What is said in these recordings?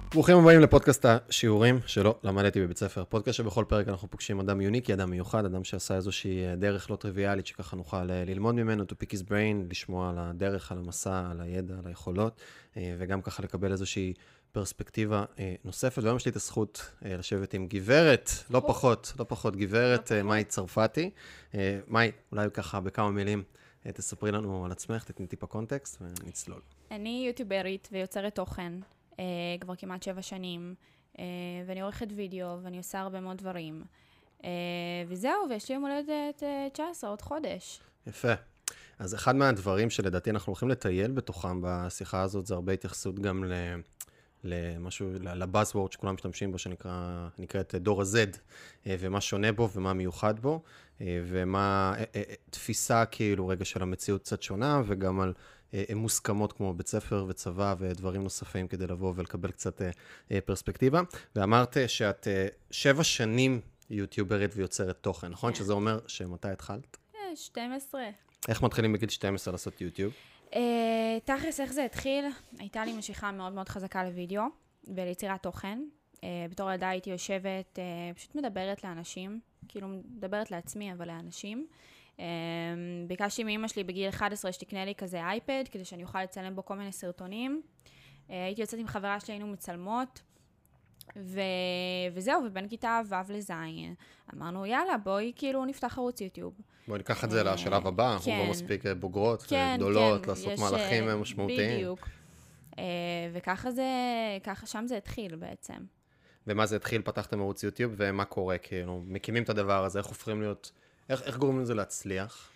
ברוכים הבאים לפודקאסט השיעורים שלא למדתי בבית ספר. פודקאסט שבכל פרק אנחנו פוגשים אדם יוניקי, אדם מיוחד, אדם שעשה איזושהי דרך לא טריוויאלית שככה נוכל ללמוד ממנו, to pick his brain, לשמוע על הדרך, על המסע, על הידע, על היכולות, וגם ככה לקבל איזושהי פרספקטיבה נוספת. והיום יש לי את הזכות לשבת עם גברת, לא פחות גברת, מאי צרפתי. מאי, אולי ככה בכמה מילים תספרי לנו על עצמך, תתני טיפה קונטקסט ונצלול. אני יוטיוברית ויוצרת תוכן. כבר כמעט 7 שנים, ואני עורכת וידאו, ואני עושה הרבה מאוד דברים. וזהו, ויש לי יום הולדת 19, עוד חודש. יפה. אז אחד מהדברים שלדעתי אנחנו הולכים לטייל בתוכם בשיחה הזאת, זה הרבה התייחסות גם למשהו, לבאזוורד שכולם משתמשים בו, שנקראת דור ה-Z, ומה שונה בו ומה מיוחד בו, ומה תפיסה כאילו רגע של המציאות קצת שונה, וגם על מוסכמות כמו בית ספר וצבא ודברים נוספים כדי לבוא ולקבל קצת פרספקטיבה. ואמרת שאת 7 שנים יוטיוברית ויוצרת תוכן, נכון? שזה אומר שמתי התחלת? 12. איך מתחילים בגיל 12 לעשות יוטיוב? תכלס, איך זה התחיל? הייתה לי משיכה מאוד מאוד חזקה לוידאו וליצירת תוכן. בתור ילדה הייתי יושבת, פשוט מדברת לאנשים, כאילו מדברת לעצמי אבל לאנשים. ביקשתי מאמא שלי בגיל 11 שתקנה לי כזה אייפד, כדי שאני אוכל לצלם בו כל מיני סרטונים. הייתי יוצאת עם חברה שלי, היינו מצלמות, וזהו, ובין כיתה ו' לז' אמרנו, יאללה, בואי כאילו נפתח ערוץ יוטיוב. בואי ניקח את זה לשלב הבא, אנחנו לא מספיק בוגרות וגדולות, לעשות מהלכים משמעותיים. בדיוק. וככה שם זה התחיל בעצם. ומה זה התחיל? פתחתם ערוץ יוטיוב, ומה קורה? כאילו, מקימים את הדבר הזה, איך הופכים להיות... איך גורמים לזה להצליח?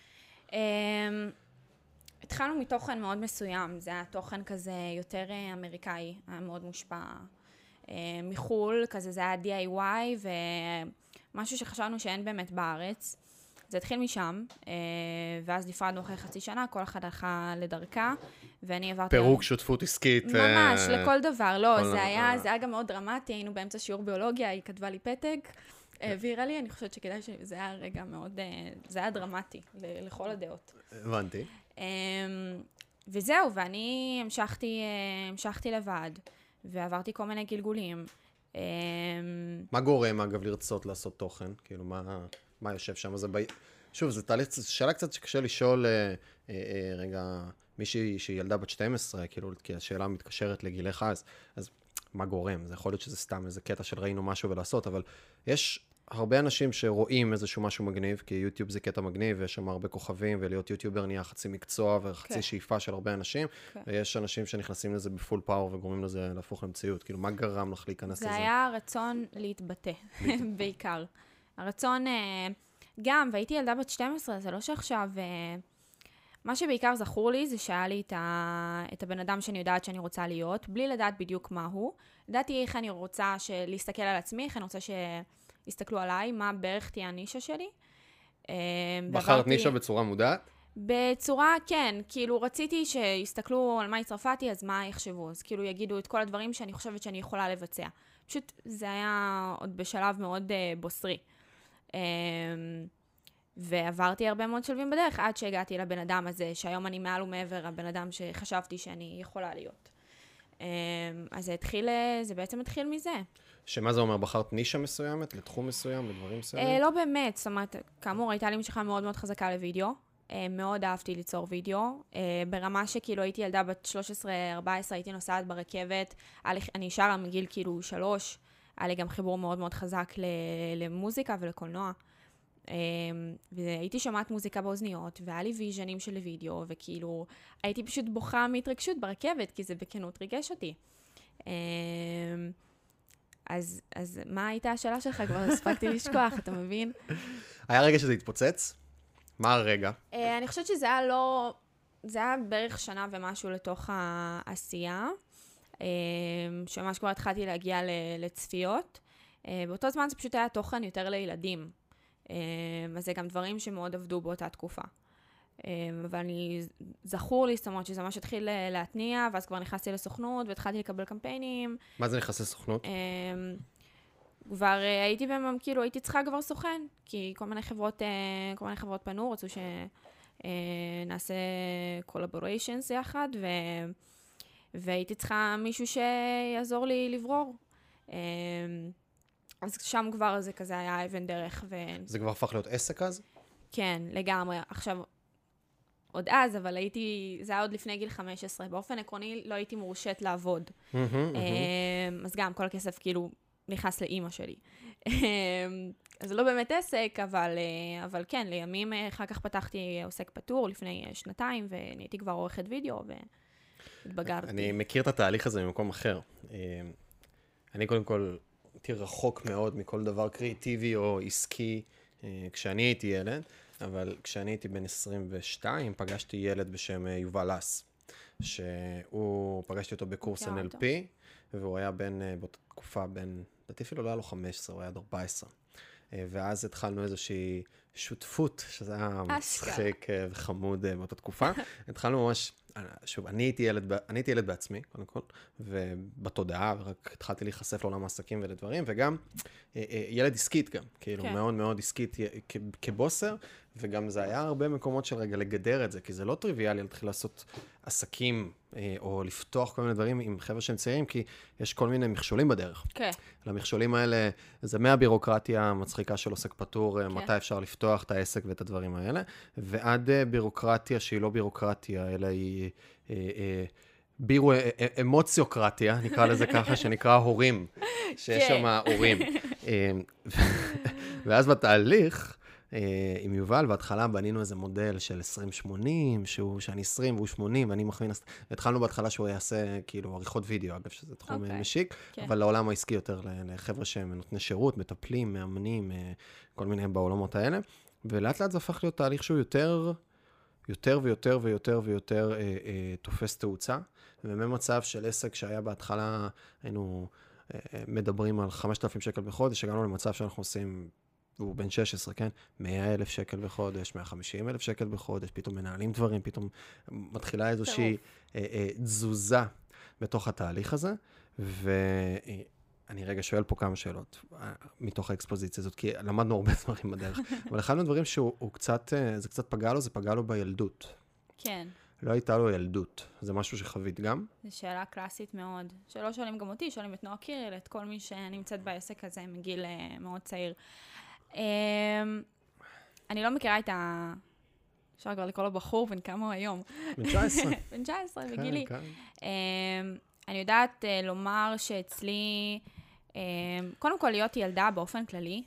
התחלנו מתוכן מאוד מסוים, זה היה תוכן כזה יותר אמריקאי, היה מאוד מושפע מחול, כזה זה היה DIY, ומשהו שחשבנו שאין באמת בארץ. זה התחיל משם, ואז נפרדנו אחרי חצי שנה, כל אחד הלכה לדרכה, ואני עברתי... פירוק, שותפות עסקית. ממש, לכל דבר, לא, זה היה גם מאוד דרמטי, היינו באמצע שיעור ביולוגיה, היא כתבה לי פתק, העבירה לי, אני חושבת שכדאי שזה היה רגע מאוד, זה היה דרמטי, לכל הדעות. הבנתי. וזהו, ואני המשכתי לבד, ועברתי כל מיני גלגולים. מה גורם, אגב, לרצות לעשות תוכן? כאילו, מה יושב שם? שוב, זו שאלה קצת שקשה לשאול, רגע, מישהי שהיא ילדה בת 12, כאילו, כי השאלה מתקשרת לגילך אז מה גורם? זה יכול להיות שזה סתם איזה קטע של ראינו משהו ולעשות, אבל יש הרבה אנשים שרואים איזשהו משהו מגניב, כי יוטיוב זה קטע מגניב, ויש שם הרבה כוכבים, ולהיות יוטיובר נהיה חצי מקצוע וחצי שאיפה של הרבה אנשים, ויש אנשים שנכנסים לזה בפול פאור וגורמים לזה להפוך למציאות. כאילו, מה גרם לך להיכנס לזה? זה היה הרצון להתבטא, בעיקר. הרצון, גם, והייתי ילדה בת 12, זה לא שעכשיו... מה שבעיקר זכור לי זה שהיה לי את הבן אדם שאני יודעת שאני רוצה להיות, בלי לדעת בדיוק מה הוא. ידעתי איך אני רוצה להסתכל על עצמי, איך אני רוצה שיסתכלו עליי, מה בערך תהיה הנישה שלי. בחרת נישה בצורה מודעת? בצורה, כן. כאילו רציתי שיסתכלו על מאי צרפתי, אז מה יחשבו? אז כאילו יגידו את כל הדברים שאני חושבת שאני יכולה לבצע. פשוט זה היה עוד בשלב מאוד בוסרי. ועברתי הרבה מאוד שלבים בדרך, עד שהגעתי לבן אדם הזה, שהיום אני מעל ומעבר, הבן אדם שחשבתי שאני יכולה להיות. אז זה בעצם התחיל מזה. שמה זה אומר? בחרת נישה מסוימת, לתחום מסוים, לדברים מסוימים? לא באמת, זאת אומרת, כאמור, הייתה לי משיכה מאוד מאוד חזקה לוידאו, מאוד אהבתי ליצור וידאו, ברמה שכאילו הייתי ילדה בת 13-14, הייתי נוסעת ברכבת, אני שרה מגיל כאילו 3, היה לי גם חיבור מאוד מאוד חזק למוזיקה ולקולנוע. והייתי שומעת מוזיקה באוזניות, והיה לי ויז'נים של וידאו, וכאילו הייתי פשוט בוכה מהתרגשות ברכבת, כי זה בכנות ריגש אותי. אז מה הייתה השאלה שלך? כבר הספקתי לשכוח, אתה מבין? היה רגע שזה התפוצץ? מה הרגע? אני חושבת שזה היה בערך שנה ומשהו לתוך העשייה, שממש כבר התחלתי להגיע לצפיות. באותו זמן זה פשוט היה תוכן יותר לילדים. אז זה גם דברים שמאוד עבדו באותה תקופה. אבל זכור לי, זאת אומרת, שזה ממש התחיל להתניע, ואז כבר נכנסתי לסוכנות, והתחלתי לקבל קמפיינים. מה זה נכנס לסוכנות? כבר הייתי כאילו, הייתי צריכה כבר סוכן, כי כל מיני חברות פנו, רצו שנעשה collaborations יחד, והייתי צריכה מישהו שיעזור לי לברור. אז שם כבר זה כזה היה אבן דרך. זה כבר הפך להיות עסק אז? כן, לגמרי. עכשיו, עוד אז, אבל זה היה עוד לפני גיל 15. באופן עקרוני לא הייתי מורשת לעבוד. אז גם כל הכסף כאילו נכנס לאמא שלי. אז זה לא באמת עסק, אבל כן, לימים אחר כך פתחתי עוסק פטור לפני 2 ונהייתי כבר עורכת וידאו והתבגרתי. אני מכיר את התהליך הזה ממקום אחר. אני קודם כל הייתי רחוק מאוד מכל דבר קריאיטיבי או עסקי כשאני הייתי ילד, אבל כשאני הייתי בן 22 פגשתי ילד בשם יובל לס, פגשתי אותו בקורס NLP, והוא היה באותה תקופה לדעתי אפילו לא היה לו 15, הוא היה 14. ואז התחלנו איזושהי שותפות, שזה היה מצחיק וחמוד באותה תקופה. התחלנו ממש, שוב, אני הייתי ילד בעצמי, קודם כל, ובתודעה, ורק התחלתי להיחשף לעולם העסקים ולדברים, וגם ילד עסקית גם, כאילו מאוד מאוד עסקית כבוסר, וגם זה היה הרבה מקומות של רגע לגדר את זה, כי זה לא טריוויאלי להתחיל לעשות עסקים, או לפתוח כל מיני דברים עם חבר'ה שהם צעירים, כי יש כל מיני מכשולים בדרך. כן. למכשולים האלה, זה מהבירוקרטיה המצחיקה של עוסק פטור, מתי אפשר לפתוח את העסק ואת הדברים האלה, ועד בירוקרטיה שהיא לא בירוקרטיה, אלא היא אמוציוקרטיה, נקרא לזה ככה, שנקרא הורים, שיש שם הורים. ואז בתהליך, עם יובל, בהתחלה בנינו איזה מודל של 20-80, שאני 20 והוא 80, ואני מכווין, התחלנו בהתחלה שהוא יעשה כאילו עריכות וידאו, אגב, שזה תחום משיק, אבל לעולם העסקי יותר לחבר'ה שהם נותני שירות, מטפלים, מאמנים, כל מיני בעולמות האלה, ולאט לאט זה הפך להיות תהליך שהוא יותר ויותר תופס תאוצה, וממצב של עסק שהיה בהתחלה, היינו מדברים על 5,000 שקל בחודש, הגענו למצב שאנחנו עושים והוא בן 16, כן? 100,000 שקל בחודש, 150,000 שקל בחודש, פתאום מנהלים דברים, פתאום מתחילה איזושהי תזוזה בתוך התהליך הזה, ואני רגע שואל פה כמה שאלות מתוך האקספוזיציה הזאת, כי למדנו הרבה דברים בדרך, אבל אחד מהדברים שהוא קצת, זה קצת פגע לו, זה פגע לו בילדות. כן. לא הייתה לו ילדות, זה משהו שחווית גם? זו שאלה קלאסית מאוד, שלא שואלים גם אותי, שואלים את נועה קירל, את כל מי שנמצאת בעסק הזה מגיל מאוד צעיר. אני לא מכירה את אפשר כבר לקרוא לו בחור, בן כמה הוא היום. בן 19. בן 19, בגילי. אני יודעת לומר שאצלי, קודם כל להיות ילדה באופן כללי,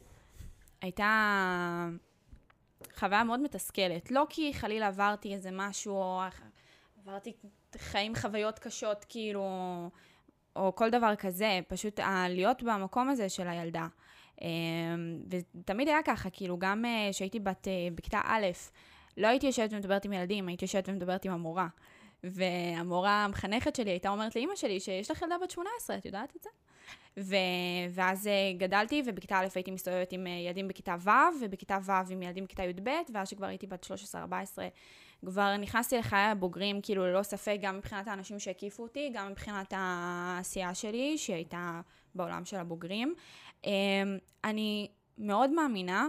הייתה חוויה מאוד מתסכלת. לא כי חלילה עברתי איזה משהו, או עברתי חוויות קשות, כאילו, או כל דבר כזה, פשוט להיות במקום הזה של הילדה. ותמיד היה ככה, כאילו גם שהייתי בכיתה א', לא הייתי יושבת ומדברת עם ילדים, הייתי יושבת ומדברת עם המורה. והמורה המחנכת שלי הייתה אומרת לאמא שלי שיש לך ילדה בת 18, את יודעת את זה? ואז גדלתי, ובכיתה א' הייתי מסתובבת עם ילדים בכיתה ו', ובכיתה ו' עם ילדים בכיתה י"ב, ואז שכבר הייתי בת 13-14, כבר נכנסתי לחיי הבוגרים, כאילו ללא ספק, גם מבחינת האנשים שהקיפו אותי, גם מבחינת העשייה שלי, שהייתה בעולם של הבוגרים. אני מאוד מאמינה,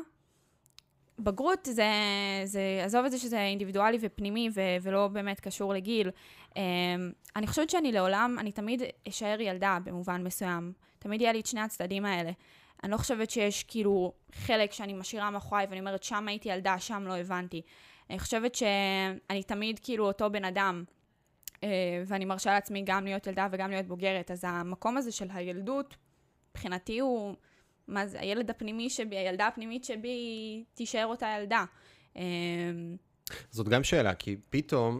בגרות זה עזוב את זה שזה אינדיבידואלי ופנימי ולא באמת קשור לגיל. אני חושבת שאני לעולם, אני תמיד אשאר ילדה במובן מסוים. תמיד יהיה לי את שני הצדדים האלה. אני לא חושבת שיש כאילו חלק שאני משאירה מאחוריי ואני אומרת שם הייתי ילדה, שם לא הבנתי. אני חושבת שאני תמיד כאילו אותו בן אדם, ואני מרשה לעצמי גם להיות ילדה וגם להיות בוגרת. אז המקום הזה של הילדות, מבחינתי הוא, מה זה, הילד הפנימי שבי, הילדה הפנימית שבי, תישאר אותה ילדה. זאת גם שאלה, כי פתאום,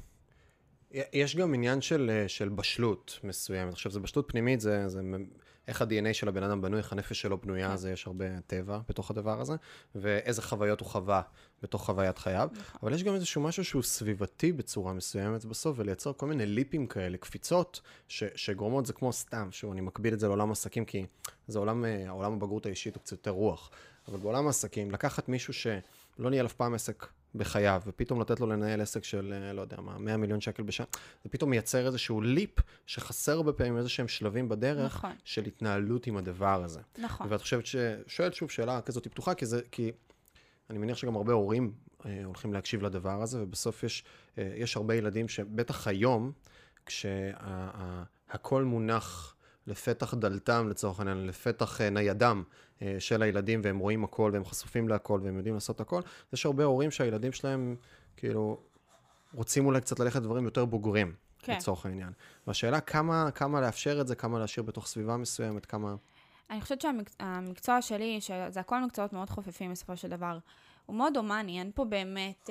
יש גם עניין של בשלות מסוימת. עכשיו, זה בשלות פנימית, זה איך ה-DNA של הבן אדם בנוי, איך הנפש שלו בנויה, זה יש הרבה טבע בתוך הדבר הזה, ואיזה חוויות הוא חווה בתוך חוויית חייו. אבל יש גם איזשהו משהו שהוא סביבתי בצורה מסוימת בסוף, ולייצר כל מיני ליפים כאלה, קפיצות, שגורמות זה כמו סתם, אני מקביל את זה לעולם עסקים, כי זה העולם הבגרות האישית הוא קצת יותר רוח. אבל בעולם העסקים, לקחת מישהו שלא ניהל אף פעם עסק בחייו, ופתאום לתת לו לנהל עסק של, לא יודע מה, 100 מיליון שקל בשנה, זה פתאום מייצר איזשהו ליפ שחסר הרבה פעמים איזשהם שלבים בדרך, נכון. של התנהלות עם הדבר הזה. נכון. ואת חושבת שואלת שוב שאלה כזאת פתוחה, כי אני מניח שגם הרבה הורים הולכים להקשיב לדבר הזה, ובסוף יש הרבה ילדים שבטח היום, כשהכל מונח לפתח דלתם, לצורך העניין, לפתח ניידם של הילדים, והם רואים הכל, והם חשופים להכל, והם יודעים לעשות הכל, יש הרבה הורים שהילדים שלהם, כאילו, רוצים אולי קצת ללכת דברים יותר בוגרים, לצורך העניין. והשאלה, כמה לאפשר את זה, כמה להשאיר בתוך סביבה מסוימת, כמה... אני חושבת שהמקצוע שלי, שזה הכל מקצועות מאוד חופפים בסופו של דבר, הוא מאוד הומני, אין פה באמת...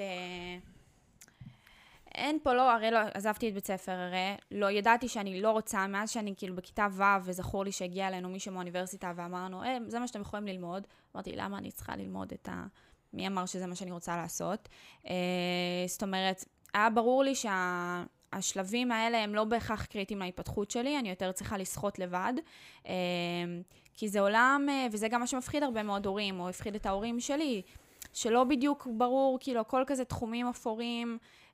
אין פה לא, הרי לא, עזבתי את בית ספר, הרי לא, ידעתי שאני לא רוצה, מאז שאני כאילו בכיתה ו' וזכור לי שהגיע אלינו מישהו מאוניברסיטה ואמרנו, זה מה שאתם יכולים ללמוד. אמרתי, למה אני צריכה ללמוד את מי אמר שזה מה שאני רוצה לעשות? זאת אומרת, היה ברור לי שהשלבים האלה הם לא בהכרח קריטיים להתפתחות שלי, אני יותר צריכה לשחות לבד, כי זה עולם, וזה גם מה שמפחיד הרבה מאוד הורים, או הפחיד את ההורים שלי, שלא בדיוק ברור, כאילו, כל כזה תחומים אפורים,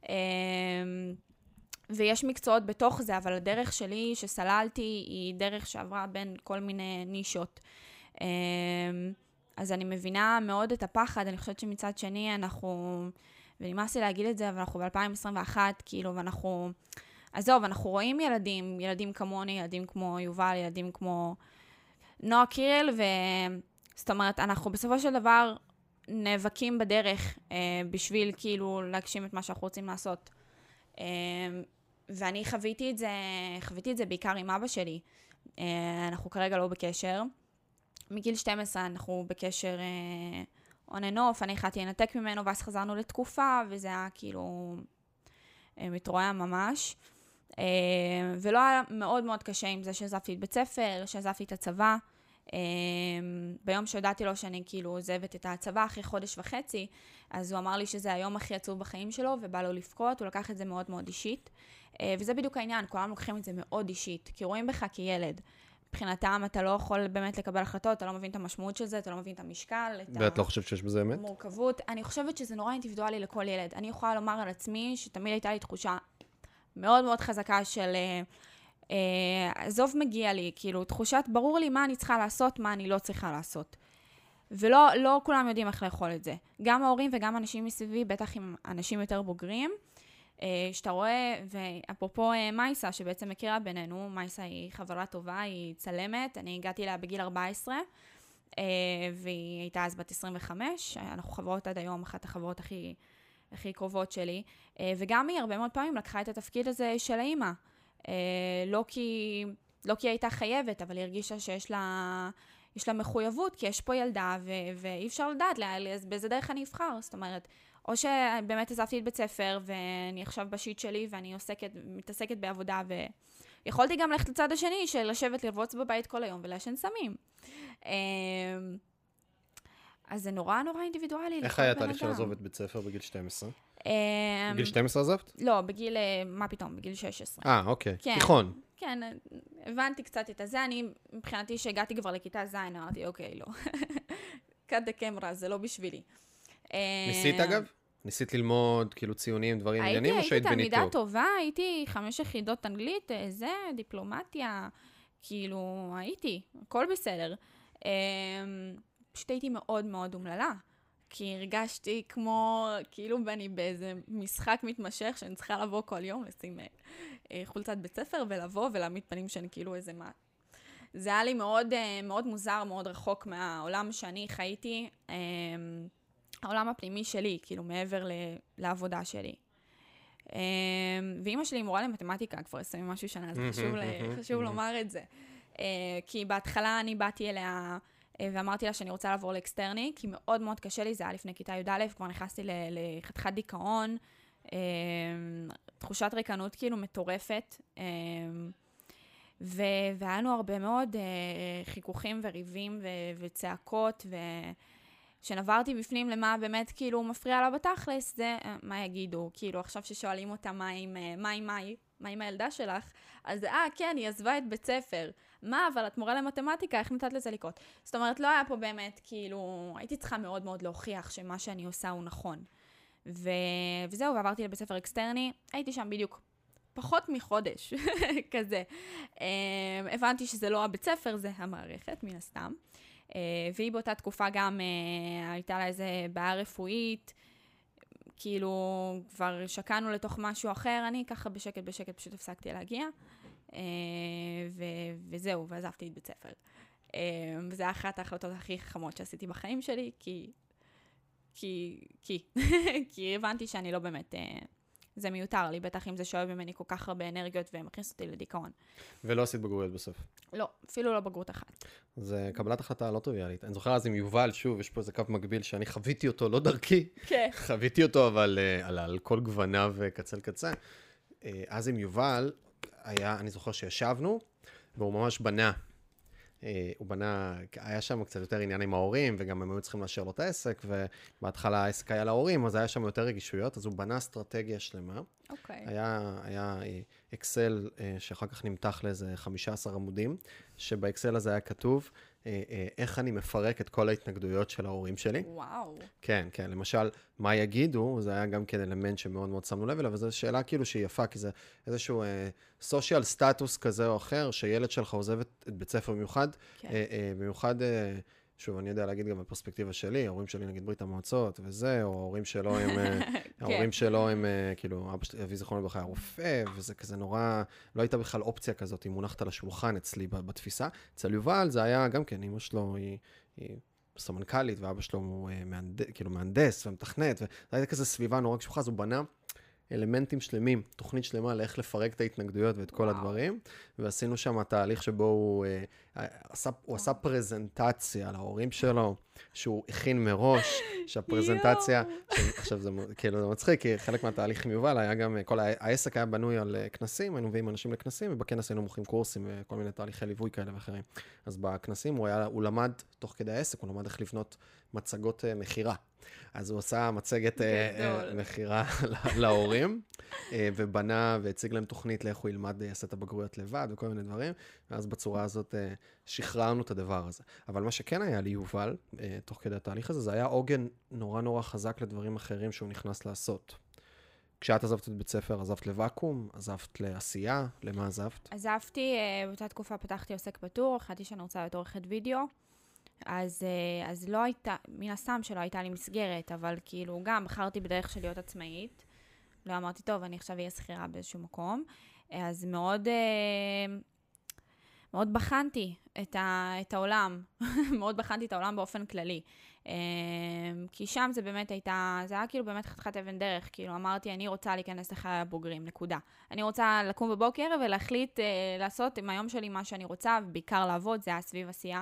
ויש מקצועות בתוך זה, אבל הדרך שלי שסללתי היא דרך שעברה בין כל מיני נישות. אז אני מבינה מאוד את הפחד, אני חושבת שמצד שני אנחנו, ונמאס לי להגיד את זה, אבל אנחנו ב-2021, כאילו, ואנחנו, עזוב, אנחנו רואים ילדים כמוני, ילדים כמו יובל, ילדים כמו נועה קירל, זאת אומרת, אנחנו בסופו של דבר נאבקים בדרך בשביל כאילו להגשים את מה שאנחנו רוצים לעשות. ואני חוויתי את זה בעיקר עם אבא שלי. אנחנו כרגע לא בקשר. מגיל 12 אנחנו בקשר on and off, אני החלטתי לנתק ממנו, ואז חזרנו לתקופה, וזה היה כאילו מתרועע ממש. ולא היה מאוד מאוד קשה עם זה שעזבתי את בית ספר, שעזבתי את הצבא. ביום שהודעתי לו שאני כאילו עוזבת את הצבא אחרי חודש וחצי, אז הוא אמר לי שזה היום הכי עצוב בחיים שלו, ובא לו לפקות, הוא לקח את זה מאוד מאוד אישית. וזה בדיוק העניין, כולם לוקחים את זה מאוד אישית, כי רואים בך כילד. מבחינתם אתה לא יכול באמת לקבל החלטות, אתה לא מבין את המשמעות של זה, אתה לא מבין את המשקל, ואת לא חושבת שיש בזה אמת? המורכבות. אני חושבת שזה נורא אינדיבידואלי לכל ילד. אני יכולה לומר על עצמי שתמיד הייתה לי תחושה מאוד מאוד חזקה של עזוב מגיע לי, כאילו תחושת ברור לי מה אני צריכה לעשות, מה אני לא צריכה לעשות. ולא כולם יודעים איך לאכול את זה. גם ההורים וגם אנשים מסביבי, בטח עם אנשים יותר בוגרים, שאתה רואה, ואפרופו מייסה, שבעצם מכירה בינינו, מייסה היא חברה טובה, היא צלמת, אני הגעתי אליה בגיל 14, והיא הייתה אז בת 25, אנחנו חברות עד היום, אחת החברות הכי קרובות שלי, וגם היא הרבה מאוד פעמים לקחה את התפקיד הזה של האמא, לא כי היא הייתה חייבת, אבל היא הרגישה שיש לה מחויבות, כי יש פה ילדה, ואי אפשר לדעת באיזה דרך אני אבחר, זאת אומרת, או שבאמת עזבתי את בית ספר, ואני עכשיו בשיט שלי, ואני מתעסקת בעבודה, ויכולתי גם ללכת לצד השני, של לשבת לרבוץ בבית כל היום, ולעשן סמים. אז זה נורא נורא אינדיבידואלי. איך היה תהליך של לעזוב את בית ספר בגיל 12? בגיל 12 עזבת? לא, בגיל, מה פתאום, בגיל 16. אוקיי, תיכון. כן, הבנתי קצת את הזה, אני מבחינתי שהגעתי כבר לכיתה ז', אמרתי, אוקיי, לא. cut the camera, זה לא בשבילי. ניסית אגב? ניסית ללמוד כאילו ציונים, דברים עניינים, או שהיית בניתוק? הייתי תלמידה טובה, הייתי 5 יחידות אנגלית, דיפלומטיה, כאילו, הכל בסדר. פשוט הייתי מאוד מאוד אומללה, כי הרגשתי כאילו אני באיזה משחק מתמשך, שאני צריכה לבוא כל יום, לשים חולצת בית ספר, ולבוא ולהעמיד פנים שאני כאילו איזה מה. זה היה לי מאוד, מאוד מוזר, מאוד רחוק מהעולם שאני חייתי, העולם הפנימי שלי, כאילו מעבר לעבודה שלי. ואמא שלי מורה למתמטיקה, כבר 20 משהו שנה, אז חשוב לומר את זה. כי בהתחלה אני באתי אליה, ואמרתי לה שאני רוצה לעבור לאקסטרני, כי מאוד מאוד קשה לי, זה היה לפני כיתה י"א, כבר נכנסתי לחתיכת דיכאון, תחושת ריקנות כאילו מטורפת, והיה לנו הרבה מאוד חיכוכים וריבים וצעקות, שנברתי בפנים למה באמת כאילו מפריע לה בתכלס, זה מה יגידו, כאילו עכשיו ששואלים אותה מה עם הילדה שלך, אז כן, היא עזבה את בית ספר, מה, אבל את מורה למתמטיקה, איך נתת לזה לקרות? זאת אומרת, לא היה פה באמת, כאילו, הייתי צריכה מאוד מאוד להוכיח שמה שאני עושה הוא נכון. וזהו, ועברתי לבית ספר אקסטרני, הייתי שם בדיוק פחות מחודש, כזה. הבנתי שזה לא הבית ספר, זה המערכת, מן הסתם. והיא באותה תקופה גם הייתה לה איזה בעיה רפואית, כאילו, כבר שקענו לתוך משהו אחר, אני ככה בשקט פשוט הפסקתי להגיע, וזהו, ועזבתי את בית ספר. וזה היה אחת ההחלטות הכי חכמות שעשיתי בחיים שלי, כי הבנתי שאני לא באמת, זה מיותר לי, בטח אם זה שואב ממני כל כך הרבה אנרגיות ומכניס אותי לדיכאון. ולא עשית בגרויות בסוף? לא, אפילו לא בגרות אחת. זה קבלת החלטה לא טריוויאלית. אני זוכר אז עם יובל, שוב, יש פה איזה קו מקביל שאני חוויתי אותו, לא דרכי. כן. חוויתי אותו, אבל על כל גווניו קצה לקצה. אז עם יובל, אני זוכר שישבנו, והוא ממש בנה. הוא בנה, היה שם קצת יותר עניין עם ההורים, וגם הם היו צריכים לאשר לו את העסק, ובהתחלה העסק היה להורים, אז היה שם יותר רגישויות, אז הוא בנה אסטרטגיה שלמה. אוקיי. היה אקסל שאחר כך נמתח לאיזה 15 עמודים, שבאקסל הזה היה כתוב איך אני מפרק את כל ההתנגדויות של ההורים שלי. וואו. כן, כן. למשל, מה יגידו, זה היה גם כן אלמנט שמאוד מאוד שמנו לב אליו, וזו שאלה כאילו שהיא יפה, כי זה איזשהו סושיאל סטטוס כזה או אחר, שילד שלך עוזב את בית ספר במיוחד, כן. במיוחד, שוב, אני יודע להגיד גם בפרספקטיבה שלי, ההורים שלי נגיד ברית המועצות וזה, או ההורים שלו הם, ההורים שלו הם, כאילו, אבי זיכרונו לברכה היה רופא, וזה כזה נורא, לא הייתה בכלל אופציה כזאת, היא מונחת על השולחן אצלי בתפיסה. אצל יובל זה היה גם כן, אמא שלו היא סמנכ"לית, ואבא שלו הוא כאילו מהנדס ומתכנת, וזה הייתה כזה סביבה נורא קשוחה, אז הוא בנה אלמנטים שלמים, תוכנית שלמה לאיך לפרק את ההתנגדויות ואת כל הדברים, ועשינו שם תהליך שבו הוא עשה פרזנטציה להורים שלו, שהוא הכין מראש, שהפרזנטציה, עכשיו זה כאילו זה מצחיק, כי חלק מהתהליך עם יובל היה גם, כל העסק היה בנוי על כנסים, היינו מביאים אנשים לכנסים, ובכנס היינו מוכרים קורסים וכל מיני תהליכי ליווי כאלה ואחרים. אז בכנסים הוא למד, תוך כדי העסק, הוא למד איך לבנות מצגות מחירה. אז הוא עשה מצגת מחירה להורים, ובנה והציג להם תוכנית לאיך הוא ילמד לעשות את הבגרויות לבד וכל מיני דברים, ואז בצורה הזאת שחררנו את הדבר הזה. אבל מה שכן היה לי יובל, תוך כדי התהליך הזה, זה היה עוגן נורא נורא חזק לדברים אחרים שהוא נכנס לעשות. כשאת עזבת את בית ספר, עזבת לוואקום, עזבת לעשייה, למה עזבת? עזבתי, באותה תקופה פתחתי עוסק פטור, החלטתי שאני רוצה להיות עורכת וידאו, אז לא הייתה, מן הסתם שלא הייתה לי מסגרת, אבל כאילו גם בחרתי בדרך של להיות עצמאית, לא אמרתי, טוב, אני עכשיו אהיה שכירה באיזשהו מקום, אז מאוד בחנתי את העולם, מאוד בחנתי את העולם באופן כללי, כי שם זה באמת זה היה כאילו באמת חתיכת אבן דרך, כאילו אמרתי, אני רוצה להיכנס לחיי הבוגרים, נקודה. אני רוצה לקום בבוקר ולהחליט לעשות עם היום שלי מה שאני רוצה, ובעיקר לעבוד, זה היה סביב עשייה.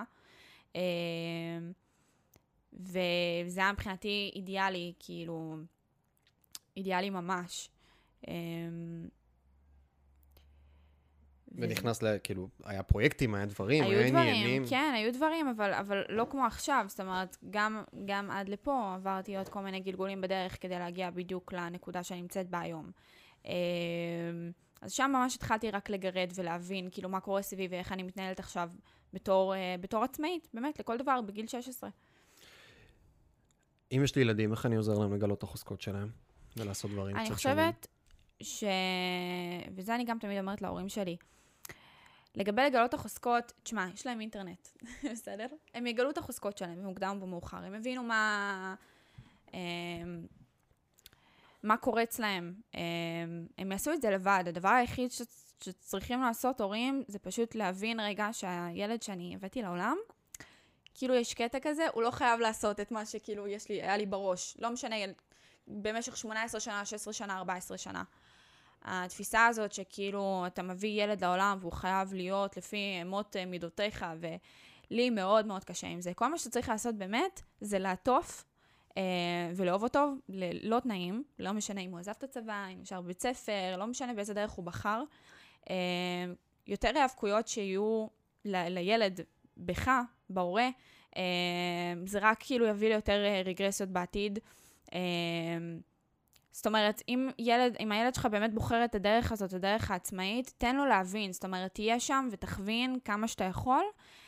וזה היה מבחינתי אידיאלי, כאילו, אידיאלי ממש. ונכנס כאילו, היה פרויקטים, היה דברים, היה עניינים. כן, היו דברים, אבל לא כמו עכשיו, זאת אומרת, גם עד לפה עברתי עוד כל מיני גלגולים בדרך כדי להגיע בדיוק לנקודה שאני נמצאת בה היום. אז שם ממש התחלתי רק לגרד ולהבין, כאילו, מה קורה סביבי ואיך אני מתנהלת עכשיו בתור עצמאית, באמת, לכל דבר, בגיל 16. אם יש לי ילדים, איך אני עוזר להם לגלות את החוזקות שלהם ולעשות דברים קצת שונים? אני חושבת וזה אני גם תמיד אומרת להורים שלי, לגבי לגלות את החוזקות, תשמע, יש להם אינטרנט, בסדר? הם יגלו את החוזקות שלהם במוקדם ובמאוחר, הם הבינו מה קורץ להם, הם יעשו את זה לבד. הדבר היחיד שצריכים לעשות הורים, זה פשוט להבין רגע שהילד שאני הבאתי לעולם, כאילו יש קטע כזה, הוא לא חייב לעשות את מה שכאילו היה לי בראש, לא משנה, במשך 18 שנה, 16 שנה, 14 שנה. התפיסה הזאת שכאילו אתה מביא ילד לעולם והוא חייב להיות לפי אמות מידותיך, ולי מאוד מאוד קשה עם זה. כל מה שצריך לעשות באמת זה לעטוף ולאהוב אותו ללא תנאים, לא משנה אם הוא עזב את הצבא, אם נשאר בבית ספר, לא משנה באיזה דרך הוא בחר. יותר היאבקויות שיהיו לילד בך, בהורה, זה רק כאילו יביא ליותר רגרסיות בעתיד. זאת אומרת, אם הילד שלך באמת בוחר את הדרך הזאת, הדרך העצמאית, תן לו להבין, זאת אומרת, תהיה שם ותכווין כמה שאתה יכול,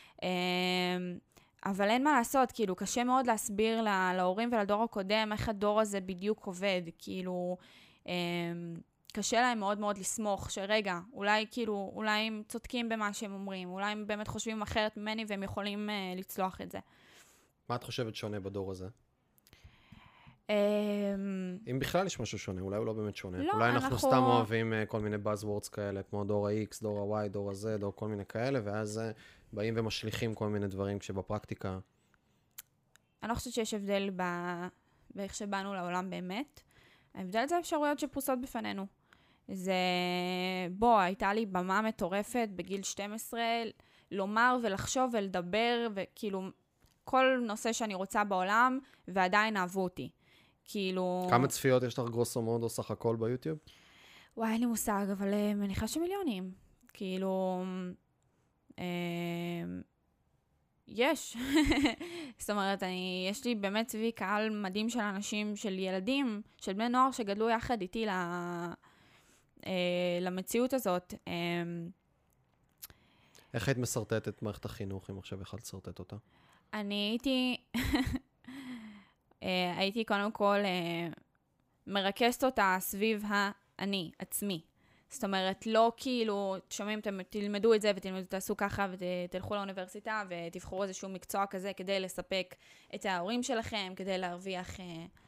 אבל אין מה לעשות, כאילו, קשה מאוד להסביר להורים ולדור הקודם איך הדור הזה בדיוק עובד, כאילו, קשה להם מאוד מאוד לסמוך, שרגע, אולי הם צודקים במה שהם אומרים, אולי הם באמת חושבים אחרת ממני והם יכולים לצלוח את זה. מה את חושבת שונה בדור הזה? אם בכלל יש משהו שונה, אולי הוא לא באמת שונה. לא, אולי אנחנו סתם אוהבים כל מיני buzzwords כאלה, כמו דור ה-X, דור ה-Y, דור ה-Z, דור כל מיני כאלה, ואז באים ומשליכים כל מיני דברים, כשבפרקטיקה... אני לא חושבת שיש הבדל באיך שבאנו לעולם באמת. ההבדל זה אפשרויות שפרוסות בפנינו. זה... הייתה לי במה מטורפת בגיל 12, לומר ולחשוב ולדבר, וכאילו, כל נושא שאני רוצה בעולם, ועדיין אהבו אותי. כאילו... כמה צפיות יש לך גרוסו מודו סך הכל ביוטיוב? וואי, אין לי מושג, אבל מניחה שמיליונים. כאילו... יש. זאת אומרת, יש לי באמת סביבי קהל מדהים של אנשים, של ילדים, של בני נוער שגדלו יחד איתי למציאות הזאת. איך היית מסרטטת את מערכת החינוך, אם עכשיו יכולת לסרטט אותה? אני הייתי קודם כל מרכזת אותה סביב אני, עצמי. זאת אומרת, לא כאילו, שומעים, תלמדו את זה ותעשו ככה ותלכו לאוניברסיטה ותבחרו איזשהו מקצוע כזה כדי לספק את ההורים שלכם, כדי להרוויח...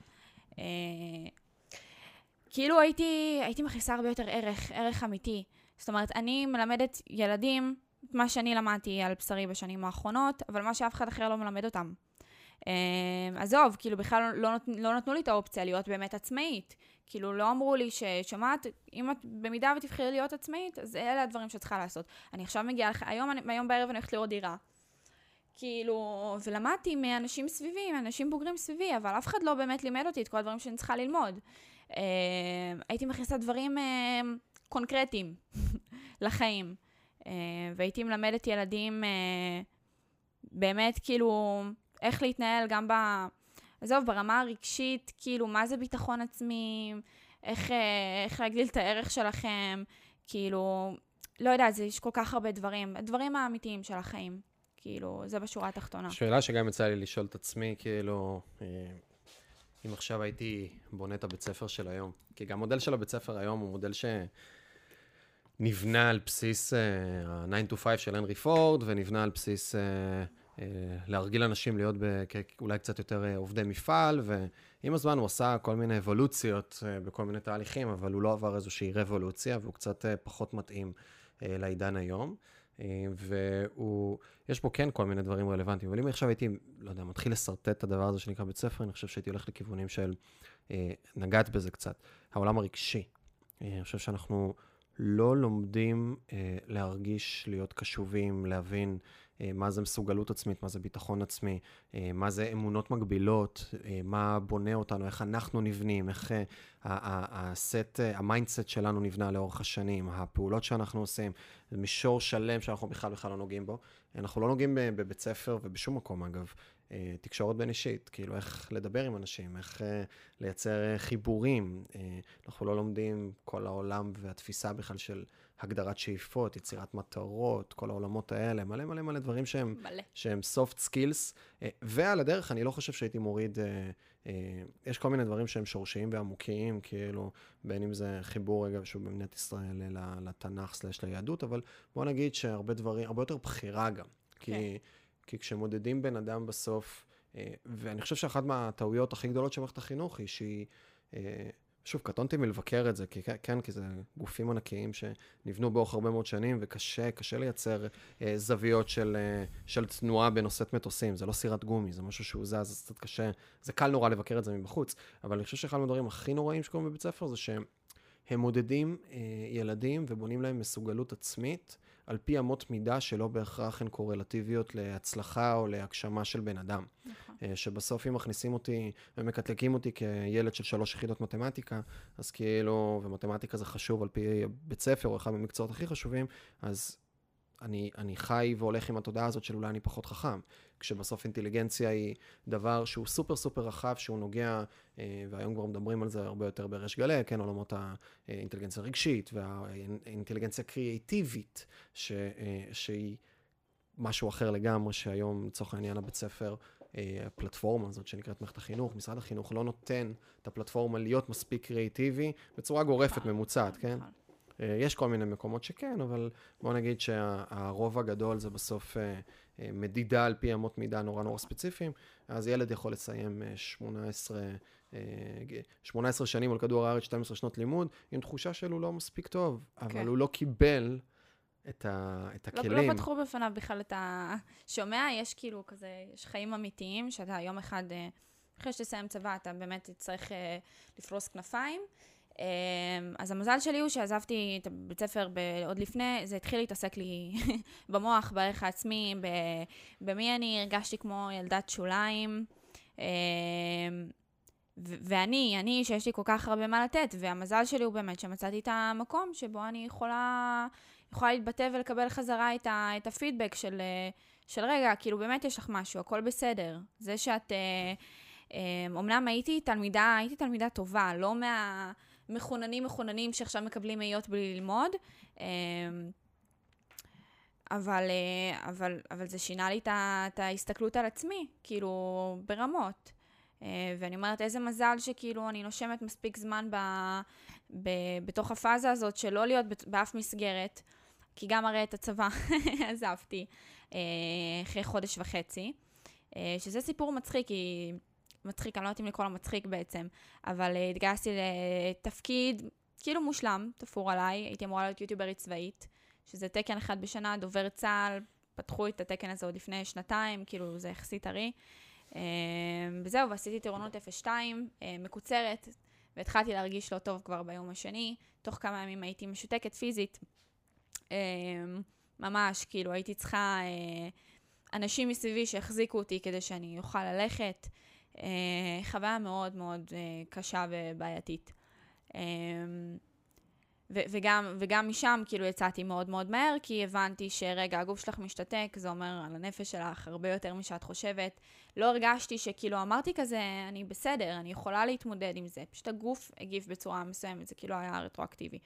כאילו הייתי מכניסה הרבה יותר ערך אמיתי. זאת אומרת, אני מלמדת ילדים את מה שאני למדתי על בשרי בשנים האחרונות, אבל מה שאף אחד אחר לא מלמד אותם. עזוב, כאילו בכלל לא נתנו לי את האופציה להיות באמת עצמאית. כאילו לא אמרו לי ששמעת, אם את במידה ותבחרי להיות עצמאית, אז אלה הדברים שצריכה לעשות. אני עכשיו מגיעה לך, היום בערב אני הולכת לראות דירה. כאילו, ולמדתי מאנשים סביבי, מאנשים בוגרים סביבי, אבל אף אחד לא באמת לימד אותי את כל הדברים שאני צריכה ללמוד. הייתי מכניסה דברים קונקרטיים לחיים. והייתי מלמדת ילדים באמת כאילו איך להתנהל גם עזוב, ברמה הרגשית, כאילו מה זה ביטחון עצמי, איך להגדיל את הערך שלכם, כאילו, לא יודעת, יש כל כך הרבה דברים, הדברים האמיתיים של החיים, כאילו, זה בשורה התחתונה. שאלה שגם יצא לי לשאול את עצמי, כאילו, אם עכשיו הייתי בונה את הבית ספר של היום, כי גם המודל של הבית ספר היום הוא מודל שנבנה על בסיס ה-9 to 5 של הנרי פורד, ונבנה על בסיס להרגיל אנשים להיות אולי קצת יותר עובדי מפעל, ועם הזמן הוא עשה כל מיני אבולוציות בכל מיני תהליכים, אבל הוא לא עבר איזושהי רבולוציה, והוא קצת פחות מתאים לעידן היום. ויש פה כן כל מיני דברים רלוונטיים, אבל אם עכשיו הייתי, לא יודע, מתחיל לסרטט את הדבר הזה שנקרא בית ספר, אני חושב שהייתי הולך לכיוונים של, נגעת בזה קצת, העולם הרגשי. אני חושב שאנחנו לא לומדים להרגיש, להיות קשובים, להבין מה זה מסוגלות עצמית, מה זה ביטחון עצמי, מה זה אמונות מגבילות, מה בונה אותנו, איך אנחנו נבנים, איך המיינדסט שלנו נבנה לאורך השנים, הפעולות שאנחנו עושים, זה מישור שלם שאנחנו בכלל לא נוגעים בו. אנחנו לא נוגעים בבית ספר ובשום מקום, אגב, תקשורת בין אישית, כאילו איך לדבר עם אנשים, איך לייצר חיבורים. אנחנו לא לומדים כל העולם והתפיסה בכלל של הגדרת שאיפות, יצירת מטרות, כל העולמות האלה, מלא דברים שהם soft skills, ועל הדרך אני לא חושב שהייתי מוריד, יש כל מיני דברים שהם שורשיים ועמוקיים, כאילו בין אם זה חיבור רגע שהוא במדינת ישראל לתנ"ך / ליהדות, אבל בוא נגיד שהרבה דברים, הרבה יותר בחירה גם, כי כשמודדים בן אדם בסוף, ואני חושב שאחת מהטעויות הכי גדולות של מערכת החינוך היא שהיא, שוב, קטונתי מלבקר את זה, כי זה גופים ענקיים שנבנו באורך הרבה מאוד שנים, וקשה לייצר זוויות של תנועה בנושאת מטוסים. זה לא סירת גומי, זה משהו שהוא זה קצת קשה. זה קל נורא לבקר את זה מבחוץ, אבל אני חושב שאחד מהדברים הכי נוראים שקוראים בבית ספר, זה שהם מודדים ילדים ובונים להם מסוגלות עצמית, על פי אמות מידה שלא בהכרח הן קורלטיביות להצלחה או להגשמה של בן אדם. נכון. שבסוף אם מכניסים אותי ומקטלקים אותי כילד של 3 יחידות מתמטיקה, אז כאילו, ומתמטיקה זה חשוב על פי בית ספר או אחד מהמקצועות הכי חשובים, אז אני חי והולך עם התודעה הזאת של אולי אני פחות חכם. כשבסוף אינטליגנציה היא דבר שהוא סופר סופר רחב, שהוא נוגע, והיום כבר מדברים על זה הרבה יותר בריש גלי, כן, עולמות האינטליגנציה הרגשית והאינטליגנציה הקריאטיבית, שהיא משהו אחר לגמרי, שהיום לצורך העניין הבית ספר, הפלטפורמה הזאת שנקראת מערכת החינוך, משרד החינוך לא נותן את הפלטפורמה להיות מספיק קריאטיבי, בצורה גורפת ממוצעת, כן? יש כל מיני מקומות שכן, אבל בוא נגיד שהרוב הגדול זה בסוף מדידה על פי אמות מידה נורא נורא ספציפיים, אז ילד יכול לסיים 18 שנים על כדור הארץ, 12 שנות לימוד, עם תחושה שלו לא מספיק טוב, אבל הוא לא קיבל את הכלים. לא פתחו בפניו בכלל את השומע, יש כאילו כזה, יש חיים אמיתיים, שאתה יום אחד, אחרי שתסיים צבא, אתה באמת תצטרך לפרוס כנפיים. אז המזל שלי הוא שעזבתי את בית ספר עוד לפני, זה התחיל להתעסק לי במוח, בערך העצמי, במי אני הרגשתי כמו ילדת שוליים. ואני, שיש לי כל כך הרבה מה לתת, והמזל שלי הוא באמת שמצאתי את המקום שבו אני יכולה להתבטא ולקבל חזרה את הפידבק של רגע, כאילו באמת יש לך משהו, הכל בסדר. זה שאת, אמנם הייתי תלמידה טובה, לא מחוננים שעכשיו מקבלים מאיות בלי ללמוד, אבל זה שינה לי את ההסתכלות על עצמי, כאילו ברמות. ואני אומרת, איזה מזל שכאילו אני נושמת מספיק זמן בתוך הפאזה הזאת, שלא להיות באף מסגרת, כי גם הרי את הצבא עזבתי אחרי חודש וחצי, שזה סיפור מצחיק, אני לא יודעת אם לכל המצחיק בעצם, אבל התגייסתי לתפקיד כאילו מושלם, תפור עליי, הייתי אמורה להיות יוטיוברית צבאית, שזה תקן אחד בשנה, דובר צה"ל, פתחו את התקן הזה עוד לפני שנתיים, כאילו זה יחסית הרי, וזהו, ועשיתי טירונות 02, מקוצרת, והתחלתי להרגיש לא טוב כבר ביום השני, תוך כמה ימים הייתי משותקת פיזית, ממש, כאילו הייתי צריכה אנשים מסביבי שהחזיקו אותי כדי שאני אוכל ללכת, חוויה מאוד מאוד קשה ובעייתית. וגם משם כאילו יצאתי מאוד מאוד מהר, כי הבנתי שרגע, הגוף שלך משתתק, זה אומר על הנפש שלך הרבה יותר משאת חושבת. לא הרגשתי שכאילו אמרתי כזה, אני בסדר, אני יכולה להתמודד עם זה. פשוט הגוף הגיב בצורה מסוימת, זה כאילו היה רטרואקטיבי.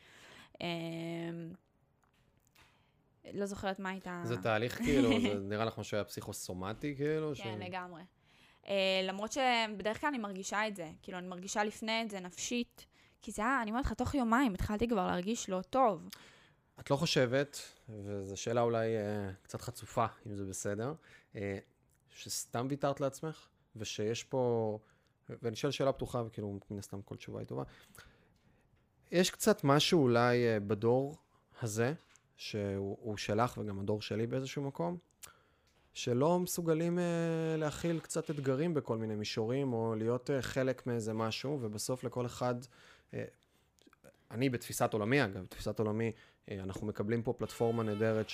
לא זוכרת מה הייתה... זה תהליך כאילו, זה נראה לך משהו היה פסיכוסומטי כאילו? כן, לגמרי. למרות שבדרך כלל אני מרגישה את זה, כאילו אני מרגישה לפני את זה נפשית, כי זה היה, אני אומרת לך, תוך יומיים התחלתי כבר להרגיש לא טוב. את לא חושבת, וזו שאלה אולי קצת חצופה, אם זה בסדר, שסתם ויתרת לעצמך, ושיש פה, ואני שואל שאלה פתוחה, וכאילו מן הסתם כל תשובה היא טובה, יש קצת משהו אולי בדור הזה, שהוא שלך וגם הדור שלי באיזשהו מקום, שלא מסוגלים להכיל קצת אתגרים בכל מיני מישורים, או להיות חלק מאיזה משהו, ובסוף לכל אחד, אני בתפיסת עולמי אגב, בתפיסת עולמי, אנחנו מקבלים פה פלטפורמה נהדרת